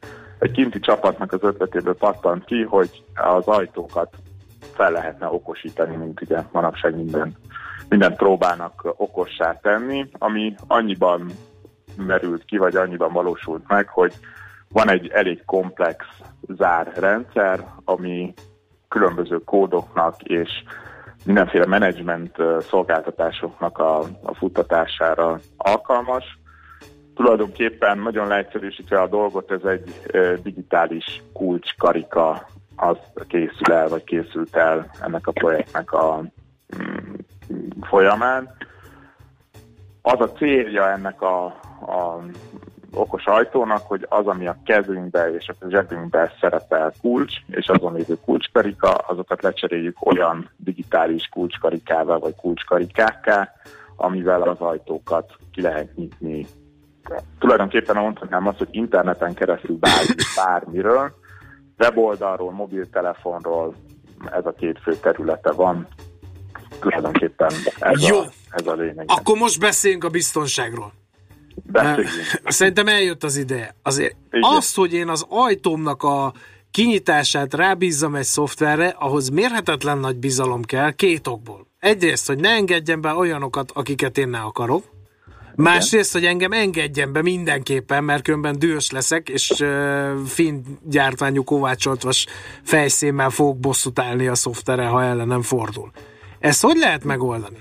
egy kinti csapatnak az ötletéből pattant ki, hogy az ajtókat fel lehetne okosítani, mint ugye manapság minden, mindent próbálnak okossá tenni, ami annyiban merült ki, vagy annyiban valósult meg, hogy van egy elég komplex zárrendszer, ami különböző kódoknak és mindenféle menedzsment szolgáltatásoknak a, a futtatására alkalmas. Tulajdonképpen nagyon leegyszerűsítve a dolgot, ez egy digitális kulcskarika, az készül el, vagy készült el ennek a projektnek a mm, folyamán. Az a célja ennek a, a okos ajtónak, hogy az, ami a kezünkbe és a zsebünkbe szerepel kulcs, és azon lévő kulcskarika, azokat lecseréljük olyan digitális kulcskarikával, vagy kulcskarikákká, amivel az ajtókat ki lehet nyitni. Tulajdonképpen mondhatnám azt, hogy interneten keresztül bármi, bármiről, weboldalról, mobiltelefonról, ez a két fő területe van. Tulajdonképpen ez, Jó. a, ez a lényeg. Akkor most beszéljünk a biztonságról. Beszéljünk. Szerintem eljött az ideje. Azért Igen. azt, hogy én az ajtómnak a kinyitását rábízzam egy szoftverre, ahhoz mérhetetlen nagy bizalom kell két okból. Egyrészt, hogy ne engedjen be olyanokat, akiket én ne akarok. Másrészt, hogy engem engedjen be mindenképpen, mert különben dühös leszek, és uh, finn gyártványú kovácsoltvas fejszémmel fogok bosszút állni a szoftveren, ha ellenem fordul. Ezt hogy lehet megoldani?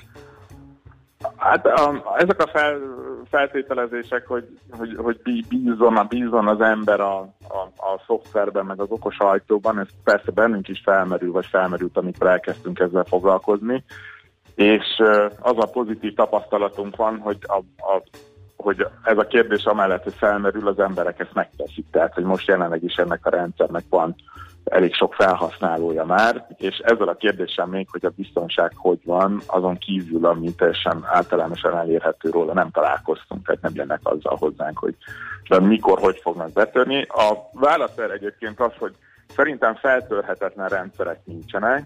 Hát um, ezek a fel, feltételezések, hogy, hogy, hogy bízon, bízon az ember a, a, a szoftverben, meg az okos ajtóban, ez persze bennünk is felmerül, vagy felmerült, amikor elkezdtünk ezzel foglalkozni, és uh, az a pozitív tapasztalatunk van, hogy, a, a, hogy ez a kérdés amellett, hogy felmerül, az emberek ezt megteszik. Tehát, hogy most jelenleg is ennek a rendszernek van elég sok felhasználója már, és ezzel a kérdéssel még, hogy a biztonság hogy van, azon kívül, ami teljesen általánosan elérhető róla, nem találkoztunk, tehát nem jönnek azzal hozzánk, hogy de mikor, hogy fognak betörni. A válasz erre egyébként az, hogy szerintem feltörhetetlen rendszerek nincsenek,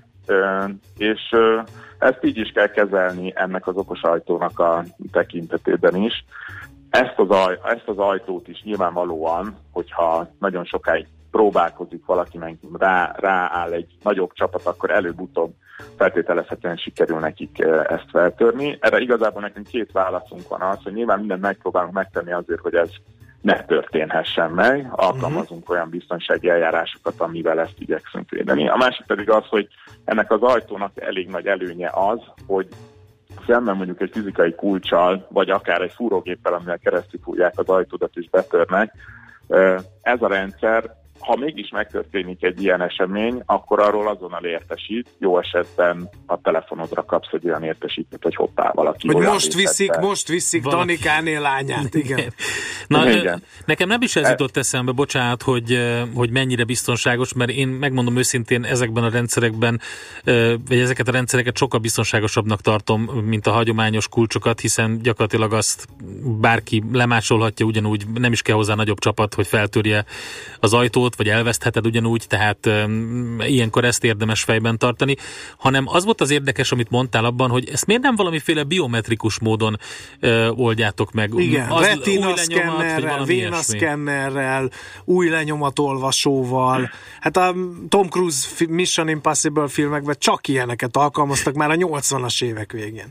és ezt így is kell kezelni ennek az okos ajtónak a tekintetében is. Ezt az, aj, ezt az ajtót is nyilvánvalóan, hogyha nagyon sokáig próbálkozik valaki, meg rá, rááll egy nagyobb csapat, akkor előbb-utóbb feltételezhetően sikerül nekik ezt feltörni. Erre igazából nekünk két válaszunk van az, hogy nyilván mindent megpróbálunk megtenni azért, hogy ez ne történhessen meg, alkalmazunk uh-huh. olyan biztonsági eljárásokat, amivel ezt igyekszünk védeni. A másik pedig az, hogy ennek az ajtónak elég nagy előnye az, hogy szemben mondjuk egy fizikai kulccsal, vagy akár egy fúrógéppel, amivel keresztül fúrják az ajtódat és betörnek, ez a rendszer, ha mégis megtörténik egy ilyen esemény, akkor arról azonnal értesít, jó esetben a telefonodra kapsz egy olyan értesítőt, hogy hoppá, valaki hogy olyan most viszik, be. most viszik Danikáné lányát, igen. Na, igen. Nekem nem is ez jutott eszembe, bocsánat, hogy, hogy mennyire biztonságos, mert én megmondom őszintén, ezekben a rendszerekben, vagy ezeket a rendszereket sokkal biztonságosabbnak tartom, mint a hagyományos kulcsokat, hiszen gyakorlatilag azt bárki lemásolhatja ugyanúgy, nem is kell hozzá nagyobb csapat, hogy feltörje az ajtót, vagy elvesztheted ugyanúgy, tehát um, ilyenkor ezt érdemes fejben tartani, hanem az volt az érdekes, amit mondtál abban, hogy ezt miért nem valamiféle biometrikus módon uh, oldjátok meg? Igen, az retina szkennerrel, véna szkennerrel, új lenyomatolvasóval. Hát a Tom Cruise Mission Impossible filmekben csak ilyeneket alkalmaztak már a nyolcvanas évek végén.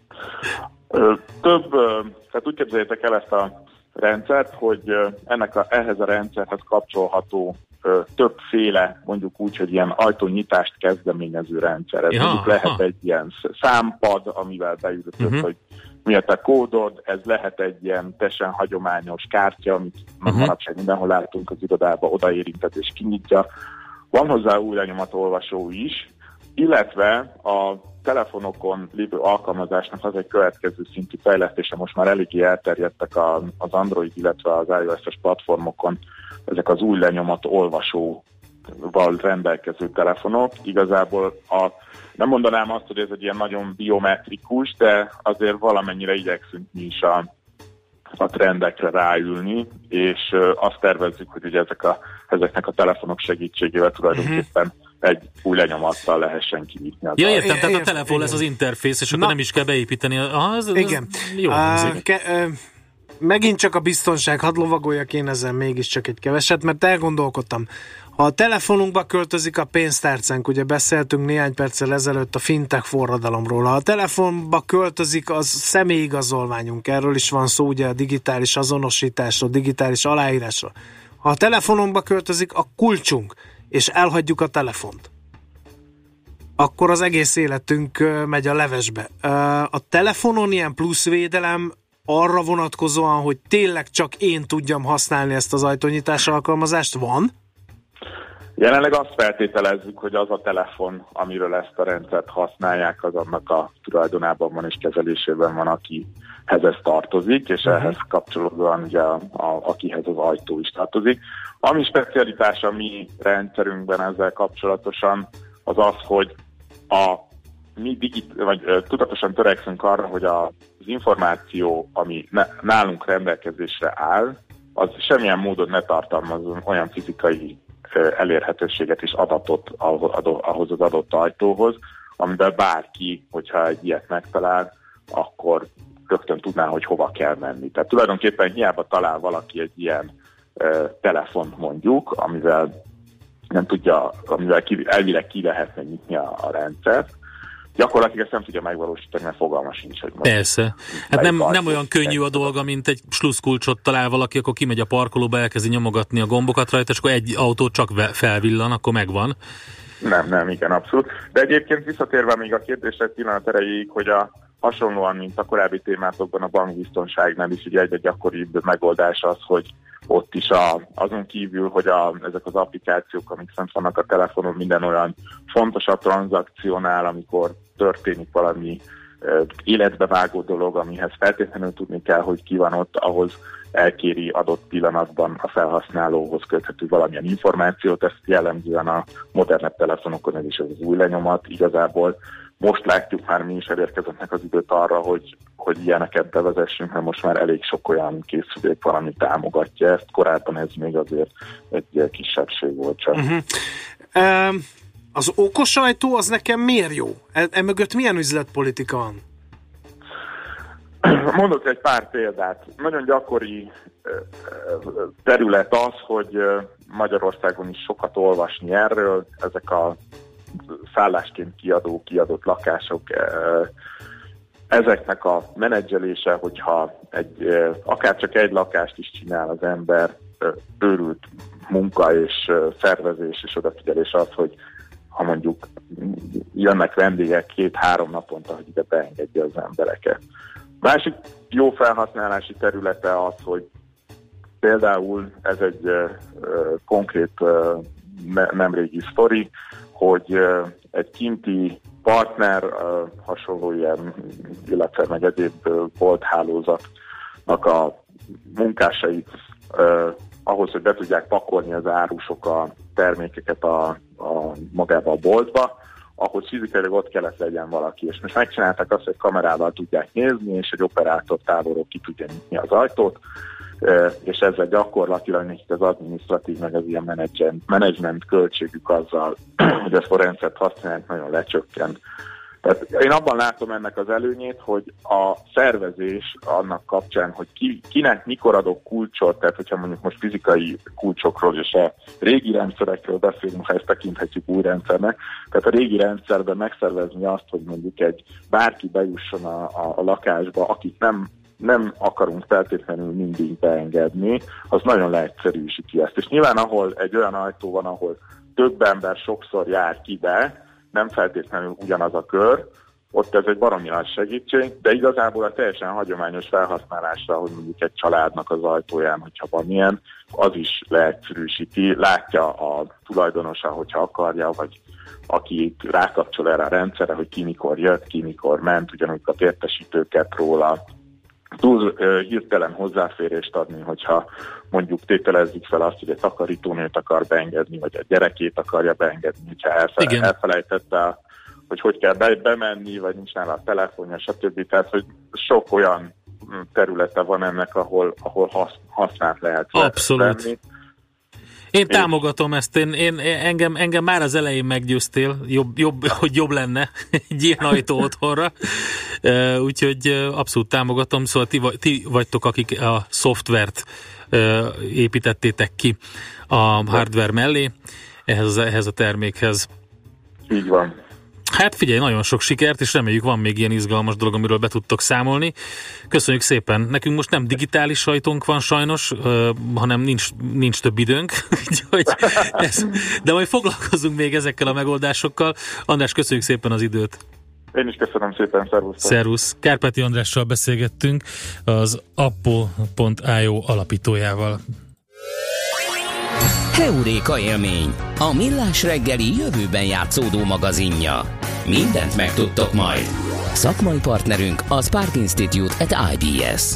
Több, tehát úgy képzeljétek el ezt a rendszert, hogy ennek a, ehhez a rendszerhez kapcsolható ö, többféle, mondjuk úgy, hogy ilyen ajtónyitást kezdeményező rendszer. Ez ja, mondjuk lehet ha. egy ilyen számpad, amivel beütött, uh-huh. hogy mi a te kódod, ez lehet egy ilyen teljesen hagyományos kártya, amit uh-huh. manapság mindenhol látunk az irodába, odaérintet és kinyitja. Van hozzá új lenyomatolvasó is, illetve a telefonokon lévő alkalmazásnak az egy következő szintű fejlesztése, most már eléggé elterjedtek a, az Android, illetve az iOS-es platformokon ezek az új lenyomat olvasóval rendelkező telefonok. Igazából a, nem mondanám azt, hogy ez egy ilyen nagyon biometrikus, de azért valamennyire igyekszünk mi is a, a trendekre ráülni, és azt tervezzük, hogy ugye ezek a, ezeknek a telefonok segítségével tulajdonképpen uh-huh. egy új lenyomattal lehessen kinyitni. Ja, értem, tehát a telefon lesz az interfész, és akkor nem is kell beépíteni. Ah, az, az igen. Jó, uh, ke- uh, megint csak a biztonság, hadd lovagoljak én ezen mégiscsak egy keveset, mert elgondolkodtam. Ha a telefonunkba költözik a pénztárcánk, ugye beszéltünk néhány perccel ezelőtt a fintech forradalomról, ha a telefonba költözik az személyigazolványunk, erről is van szó, ugye a digitális azonosításról, digitális aláírásról. Ha a telefonunkba költözik a kulcsunk, és elhagyjuk a telefont, akkor az egész életünk megy a levesbe. A telefonon ilyen plusz védelem arra vonatkozóan, hogy tényleg csak én tudjam használni ezt az ajtónyitás alkalmazást, van? Jelenleg azt feltételezzük, hogy az a telefon, amiről ezt a rendszert használják, az annak a tulajdonában van és kezelésében van, akihez ez tartozik, és uh-huh. ehhez kapcsolódóan ugye a, a, akihez az ajtó is tartozik. Ami specialitás a mi rendszerünkben ezzel kapcsolatosan, az az, hogy a mi digit, vagy uh, tudatosan törekszünk arra, hogy a, az információ, ami ne, nálunk rendelkezésre áll, az semmilyen módon ne tartalmazzon olyan fizikai uh, elérhetőséget és adatot ahhoz az adott ajtóhoz, amiben bárki, hogyha egy ilyet megtalál, akkor rögtön tudná, hogy hova kell menni. Tehát tulajdonképpen hiába talál valaki egy ilyen uh, telefont mondjuk, amivel nem tudja, amivel ki, elvileg ki lehetne nyitni a, a rendszert, gyakorlatilag ezt nem tudja megvalósítani, mert fogalma sincs, hogy most. Persze. Hát nem, nem olyan könnyű a dolga, mint egy sluszkulcsot talál valaki, akkor kimegy a parkolóba, elkezdi nyomogatni a gombokat rajta, és akkor egy autó csak felvillan, akkor megvan. Nem, nem, igen, abszolút. De egyébként visszatérve még a kérdésre pillanat erejéig, hogy a hasonlóan, mint a korábbi témátokban a bankbiztonságnál is ugye egy gyakoribb megoldás az, hogy ott is a, azon kívül, hogy a, ezek az applikációk, amik fent vannak a telefonon, minden olyan fontos a tranzakciónál, amikor történik valami e, életbevágó dolog, amihez feltétlenül tudni kell, hogy ki van ott, ahhoz elkéri adott pillanatban a felhasználóhoz köthető valamilyen információt, ezt jellemzően a modernebb telefonokon, ez is az új lenyomat, igazából most látjuk már, mi is elérkezettnek az időt arra, hogy, hogy ilyeneket bevezessünk, mert most már elég sok olyan készülék van, ami támogatja ezt. Korábban ez még azért egy kisebbség volt csak. Uh-huh. Um, az okos ajtó az nekem miért jó? Emögött milyen üzletpolitika van? Mondok egy pár példát. Nagyon gyakori terület az, hogy Magyarországon is sokat olvasni erről, ezek a szállásként kiadó, kiadott lakások, ezeknek a menedzselése, hogyha egy, akár csak egy lakást is csinál az ember, őrült munka és szervezés és odafigyelés az, hogy ha mondjuk jönnek vendégek két-három naponta, hogy ide beengedje az embereket. Másik jó felhasználási területe az, hogy például ez egy uh, konkrét uh, ne, nemrégi sztori, hogy uh, egy kinti partner, uh, hasonló ilyen, illetve meg egyéb uh, bolthálózatnak a munkásait uh, ahhoz, hogy be tudják pakolni az árusok a termékeket a, a magába a boltba, ahhoz fizikailag ott kellett legyen valaki, és most megcsinálták azt, hogy kamerával tudják nézni, és egy operátor távolról ki tudja nyitni az ajtót, és ezzel gyakorlatilag nekik az adminisztratív, meg az ilyen menedzsment költségük azzal, hogy ezt a rendszert használják, nagyon lecsökkent. Tehát én abban látom ennek az előnyét, hogy a szervezés annak kapcsán, hogy ki, kinek mikor adok kulcsot, tehát hogyha mondjuk most fizikai kulcsokról és a régi rendszerekről beszélünk, ha ezt tekinthetjük új rendszernek, tehát a régi rendszerben megszervezni azt, hogy mondjuk egy bárki bejusson a, a, a lakásba, akit nem, nem akarunk feltétlenül mindig beengedni, az nagyon leegyszerűsíti ezt. És nyilván ahol egy olyan ajtó van, ahol több ember sokszor jár ki be, nem feltétlenül ugyanaz a kör, ott ez egy baromi nagy segítség, de igazából a teljesen hagyományos felhasználásra, hogy mondjuk egy családnak az ajtóján, hogyha van ilyen, az is leegyszerűsíti, látja a tulajdonosa, hogyha akarja, vagy aki rákapcsol erre a rendszerre, hogy ki mikor jött, ki mikor ment, ugyanúgy kap értesítőket róla, túl uh, hirtelen hozzáférést adni, hogyha mondjuk tételezzük fel azt, hogy egy takarítónőt akar beengedni, vagy egy gyerekét akarja beengedni, hogyha elfe- elfelejtette, hogy hogy kell be- bemenni, vagy nincs nála a telefonja, stb. Tehát, hogy sok olyan területe van ennek, ahol, ahol hasz- hasznát lehet Abszolút. venni. Én támogatom ezt, én, én, engem, engem már az elején meggyőztél, jobb, jobb, hogy jobb lenne egy ilyen ajtó otthonra, úgyhogy abszolút támogatom, szóval ti, ti vagytok, akik a szoftvert építettétek ki a hardware mellé, ehhez, ehhez a termékhez. Így van. Hát figyelj, nagyon sok sikert, és reméljük van még ilyen izgalmas dolog, amiről be tudtok számolni. Köszönjük szépen. Nekünk most nem digitális sajtónk van sajnos, hanem nincs, nincs több időnk. ez, de majd foglalkozunk még ezekkel a megoldásokkal. András, köszönjük szépen az időt. Én is köszönöm szépen, szervusz. Szervusz. Kárpáti Andrással beszélgettünk, az appo pont io alapítójával. Heuréka élmény, a millás reggeli jövőben játszódó magazinja. Mindent megtudtok majd. Szakmai partnerünk a Spark Institute at I B S.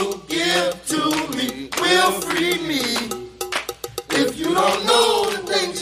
If you don't know the things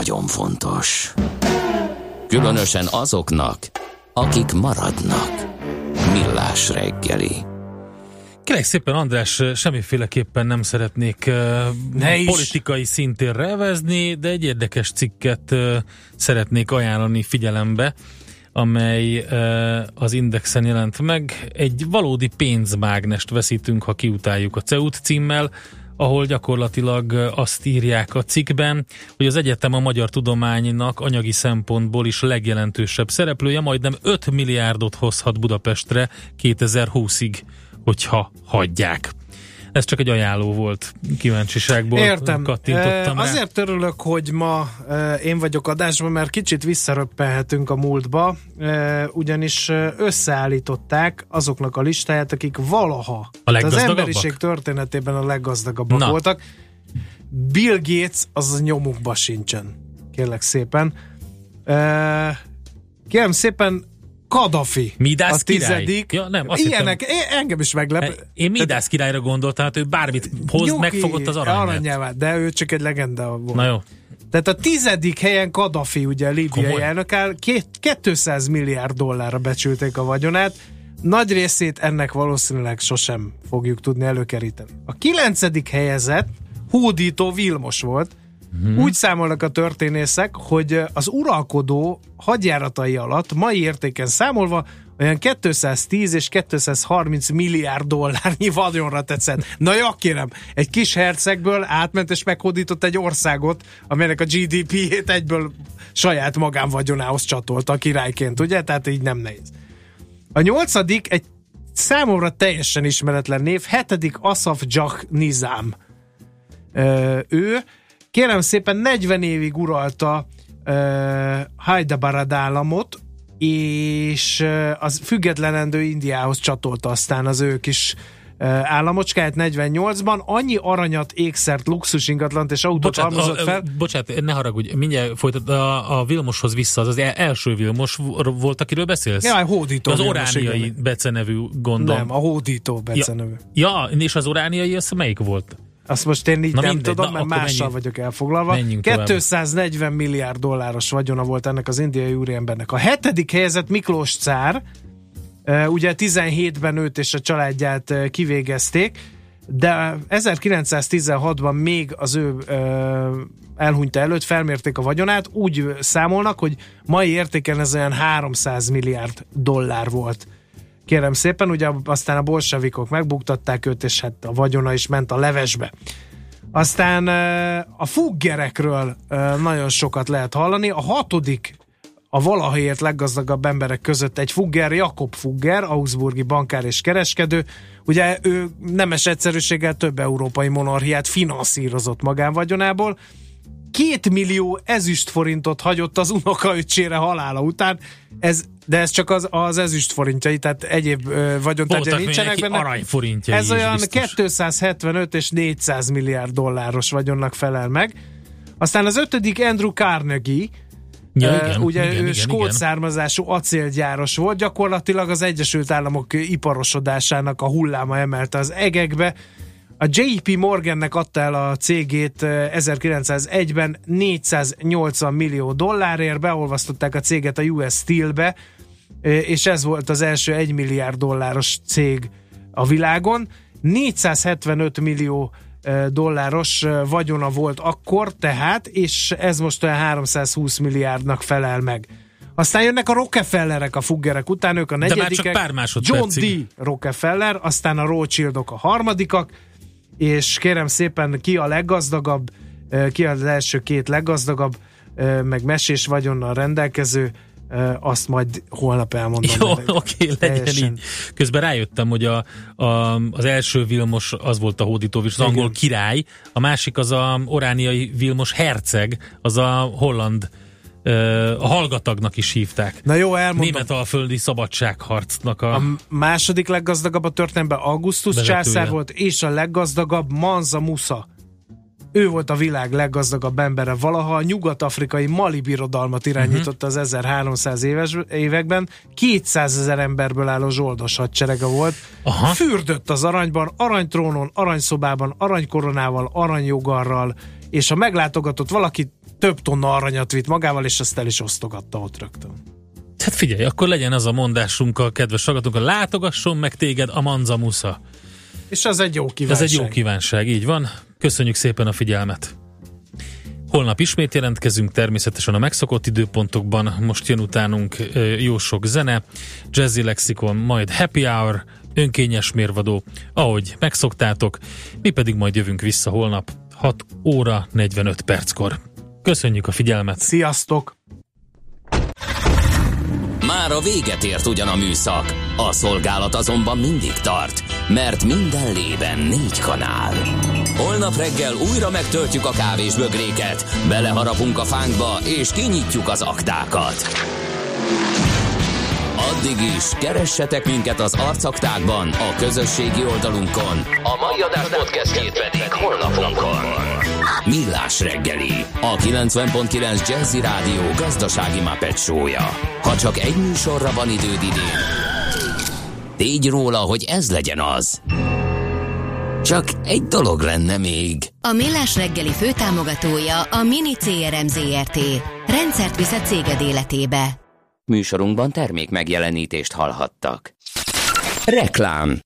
nagyon fontos. Különösen azoknak, akik maradnak. Millás reggeli. Kérlek szépen, András, semmiféleképpen nem szeretnék uh, politikai szintén revezni, de egy érdekes cikket uh, szeretnék ajánlani figyelembe, amely uh, az Indexen jelent meg. Egy valódi pénzmágnest veszítünk, ha kiutáljuk a cé e u té címmel, ahol gyakorlatilag azt írják a cikkben, hogy az egyetem a magyar tudománynak anyagi szempontból is legjelentősebb szereplője, majdnem öt milliárdot hozhat Budapestre kétezer-húszig, hogyha hagyják. Ez csak egy ajánló volt, kíváncsiságból Értem. kattintottam e, rá. Azért örülök, hogy ma e, én vagyok adásban, mert kicsit visszaröppelhetünk a múltba, e, ugyanis összeállították azoknak a listáját, akik valaha az emberiség történetében a leggazdagabbak Na. voltak. Bill Gates az nyomukba sincsen, kérlek szépen. E, kérem szépen, Kadhafi Midász a tizedik. Ja, nem, azt Ilyenek, hittem, engem is meglep. Én Midász királyra gondoltam, hát ő bármit hoz, Nyugi, megfogott az aranyát. De ő csak egy legenda volt. Na jó. Tehát a tizedik helyen Kadhafi, ugye líbiai elnök áll, kétszáz milliárd dollárra becsülték a vagyonát, nagy részét ennek valószínűleg sosem fogjuk tudni előkeríteni. A kilencedik helyezett hódító Vilmos volt. Hmm. Úgy számolnak a történészek, hogy az uralkodó hadjáratai alatt mai értéken számolva olyan kétszáztíz és kétszázharminc milliárd dollárnyi vagyonra tetszett. Na jó, kérem, egy kis hercegből átment és meghódított egy országot, amelynek a gé dé pé-jét egyből saját magánvagyonához csatolta királyként, ugye? Tehát így nem nehéz. A nyolcadik egy számomra teljesen ismeretlen név, hetedik Asaf Jah Nizam. Ö, ő kérem szépen negyven évig uralta uh, Hyderabad államot, és uh, az függetlenendő Indiához csatolta aztán az ő kis uh, államocskáját negyvennyolcban. Annyi aranyat, ékszert, luxus ingatlant és autót halmozott fel. Bocsánat, ne haragudj, mindjárt folytat, a, a Vilmoshoz vissza, az az első Vilmos volt, akiről beszélsz? Ja, a hódító. Az orániai becenevű gondol. Nem, a hódító becenevű. Ja, ja, és az orániai az melyik volt? Azt most én így na nem mindegy, tudom, na, mert mással menjünk, vagyok elfoglalva. kétszáznegyven milliárd dolláros vagyona volt ennek az indiai úriembernek. A hetedik helyezett Miklós cár, ugye tizenhétben őt és a családját kivégezték, de ezerkilencszáztizenhatban még az ő elhunyta előtt felmérték a vagyonát, úgy számolnak, hogy mai értéken ez olyan háromszáz milliárd dollár volt. Kérem szépen, ugye aztán a bolsevikok megbuktatták őt, és hát a vagyona is ment a levesbe. Aztán a Fuggerekről nagyon sokat lehet hallani. A hatodik, a valahaért leggazdagabb emberek között egy Fugger, Jakob Fugger, augsburgi bankár és kereskedő. Ugye ő nemes egyszerűséggel több európai monarchiát finanszírozott magánvagyonából. Két millió ezüstforintot hagyott az unokaöccsére halála után, ez, de ez csak az, az ezüstforintjai, tehát egyéb ö, vagyontárgya nincsenek benne. Aranyforintjai. Ez olyan kétszázhetvenöt és négyszáz milliárd dolláros vagyonnak felel meg. Aztán az ötödik Andrew Carnegie, ja, uh, igen, ugye igen, ő igen, skót igen. származású acélgyáros volt, gyakorlatilag az Egyesült Államok iparosodásának a hulláma emelte az egekbe. A jé pé Morgannek adta el a cégét ezerkilencszázegyben négyszáznyolcvan millió dollárért, beolvasztották a céget a u es Steel-be, és ez volt az első egy milliárd dolláros cég a világon. négyszázhetvenöt millió dolláros vagyona volt akkor tehát, és ez most olyan háromszázhúsz milliárdnak felel meg. Aztán jönnek a Rockefellerek a Fuggerek után, ők a negyedikek. John D. Rockefeller, aztán a Rothschildok a harmadikak, és kérem szépen, ki a leggazdagabb, ki az első két leggazdagabb, meg mesés vagyonnal rendelkező, azt majd holnap elmondom. Jó, oké, okay, legyen így. Közben rájöttem, hogy a, a, az első Vilmos az volt a hódító, az igen. angol király, a másik az a orániai Vilmos herceg, az a holland a hallgatagnak is hívták. Na jó, elmondom. Németalföldi szabadságharcnak a... A második leggazdagabb a történetben Augustus vezetője. Császár volt, és a leggazdagabb Mansa Musa. Ő volt a világ leggazdagabb embere valaha, a nyugat-afrikai Mali birodalmat irányította uh-huh. az ezerháromszáz éves években, kétszázezer emberből álló zsoldos hadserege volt. Aha. Fürdött az aranyban, aranytrónon, aranyszobában, aranykoronával, aranyjogarral, és ha meglátogatott valakit több tonna aranyat vitt magával, és azt el is osztogatta ott rögtön. Hát figyelj, akkor legyen az a mondásunk a kedves hallgatók, látogasson meg téged a Manza Musza. És az egy jó kívánság. Ez egy jó kívánság, így van. Köszönjük szépen a figyelmet. Holnap ismét jelentkezünk, természetesen a megszokott időpontokban. Most jön utánunk jó sok zene, Jazzy Lexikon, majd Happy Hour, önkényes mérvadó, ahogy megszoktátok. Mi pedig majd jövünk vissza holnap hat óra negyvenöt perckor. Köszönjük a figyelmet! Sziasztok! Már a véget ért ugyan a műszak, a szolgálat azonban mindig tart, mert minden lében négy kanál. Holnap reggel újra megtöltjük a kávésbögréket, beleharapunk a fánkba és kinyitjuk az aktákat. Addig is keressetek minket az arcaktákban, a közösségi oldalunkon, a mai adás podcastjét pedig honlapunkon. Millás reggeli, a kilencven pont kilenc Jazzy Rádió gazdasági Muppet show-ja. Ha csak egy műsorra van időd idén, tégy róla, hogy ez legyen az. Csak egy dolog lenne még. A Millás reggeli főtámogatója a Mini cé er em zé er té. Rendszert visz a céged életébe. Műsorunkban termék megjelenítést hallhattak. Reklám.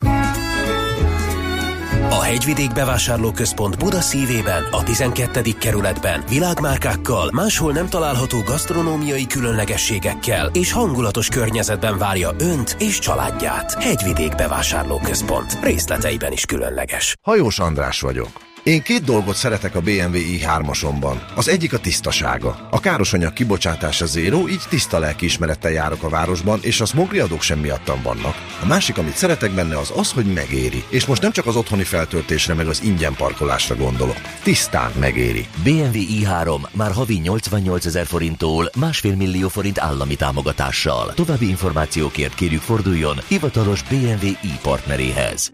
A Hegyvidék Bevásárlóközpont Buda szívében, a tizenkettedik kerületben világmárkákkal, máshol nem található gasztronómiai különlegességekkel és hangulatos környezetben várja önt és családját. Hegyvidék Bevásárlóközpont. Részleteiben is különleges. Hajós András vagyok. Én két dolgot szeretek a bé em vé i hármasomban. Az egyik a tisztasága. A károsanyag kibocsátása zéró, így tiszta lelkiismerettel járok a városban, és a smogriadók sem miattam vannak. A másik, amit szeretek benne, az az, hogy megéri. És most nem csak az otthoni feltöltésre, meg az ingyen parkolásra gondolok. Tisztán megéri. bé em vé i három már havi nyolcvannyolcezer forinttól másfél millió forint állami támogatással. További információkért kérjük forduljon hivatalos bé em vé i partneréhez.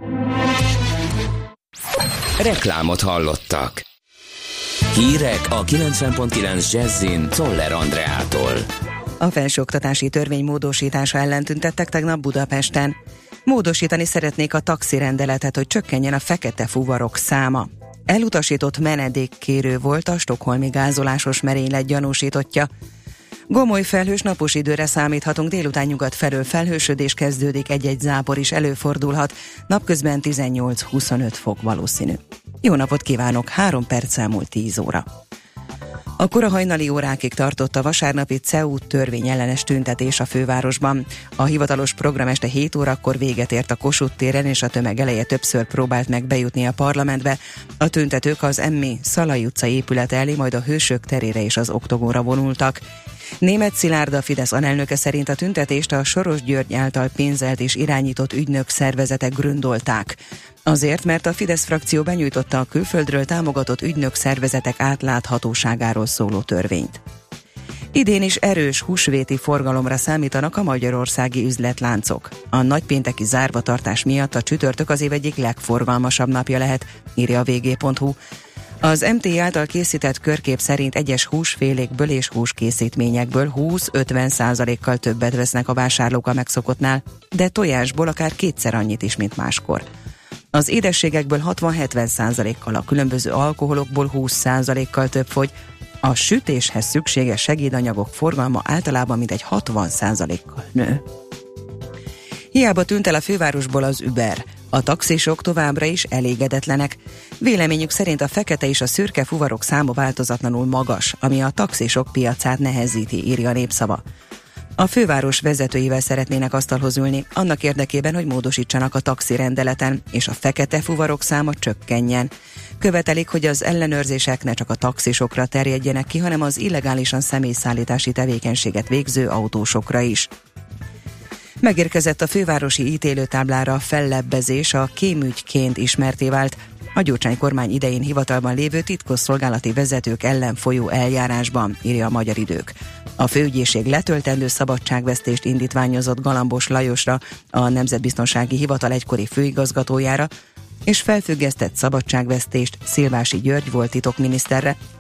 Reklámot hallottak. Hírek a kilencven pont kilenc Jazzin Czoller Andreától. A felsőoktatási törvény módosítása ellen tüntettek tegnap Budapesten. Módosítani szeretnék a taxirendeletet, hogy csökkenjen a fekete fuvarok száma. Elutasított menedékkérő volt a stockholmi gázolásos merénylet gyanúsítottja. Gomoly felhős napos időre számíthatunk, délután nyugat felől felhősödés kezdődik, egy-egy zápor is előfordulhat, napközben tizennyolc-huszonöt fok valószínű. Jó napot kívánok, három perc elmúlt tíz óra. A kora hajnali órákig tartott a vasárnapi cé e u törvényellenes tüntetés a fővárosban. A hivatalos program este hét órakor véget ért a Kossuth téren, és a tömeg eleje többször próbált meg bejutni a parlamentbe. A tüntetők az Emmi Szalai utca épülete elé, majd a Hősök terére és az Oktogonra vonultak. Németh Szilárd, a Fidesz alelnöke szerint a tüntetést a Soros György által pénzelt és irányított ügynök szervezetek gründolták. Azért, mert a Fidesz frakció benyújtotta a külföldről támogatott ügynök szervezetek átláthatóságáról szóló törvényt. Idén is erős húsvéti forgalomra számítanak a magyarországi üzletláncok. A nagypénteki zárvatartás miatt a csütörtök az év egyik legforgalmasabb napja lehet, írja a vé gé pont hú. Az em té által készített körkép szerint egyes húsfélékből és húskészítményekből húsz-ötven százalékkal többet vesznek a vásárlók a megszokottnál, de tojásból akár kétszer annyit is, mint máskor. Az édességekből hatvan-hetven százalékkal, a különböző alkoholokból húsz százalékkal több fogy, a sütéshez szükséges segédanyagok forgalma általában mintegy hatvan százalékkal nő. Hiába tűnt el a fővárosból az Uber. A taxisok továbbra is elégedetlenek. Véleményük szerint a fekete és a szürke fuvarok száma változatlanul magas, ami a taxisok piacát nehezíti, írja a Népszava. A főváros vezetőivel szeretnének asztalhoz ülni, annak érdekében, hogy módosítsanak a taxirendeleten, és a fekete fuvarok száma csökkenjen. Követelik, hogy az ellenőrzések ne csak a taxisokra terjedjenek ki, hanem az illegálisan személyszállítási tevékenységet végző autósokra is. Megérkezett a fővárosi ítélőtáblára a fellebbezés, a kémügyként ismerté vált a Gyurcsány kormány idején hivatalban lévő titkosszolgálati vezetők ellen folyó eljárásban, írja a Magyar Idők. A főügyészség letöltendő szabadságvesztést indítványozott Galambos Lajosra, a Nemzetbiztonsági Hivatal egykori főigazgatójára, és felfüggesztett szabadságvesztést Szilvási György volt titokminiszterre,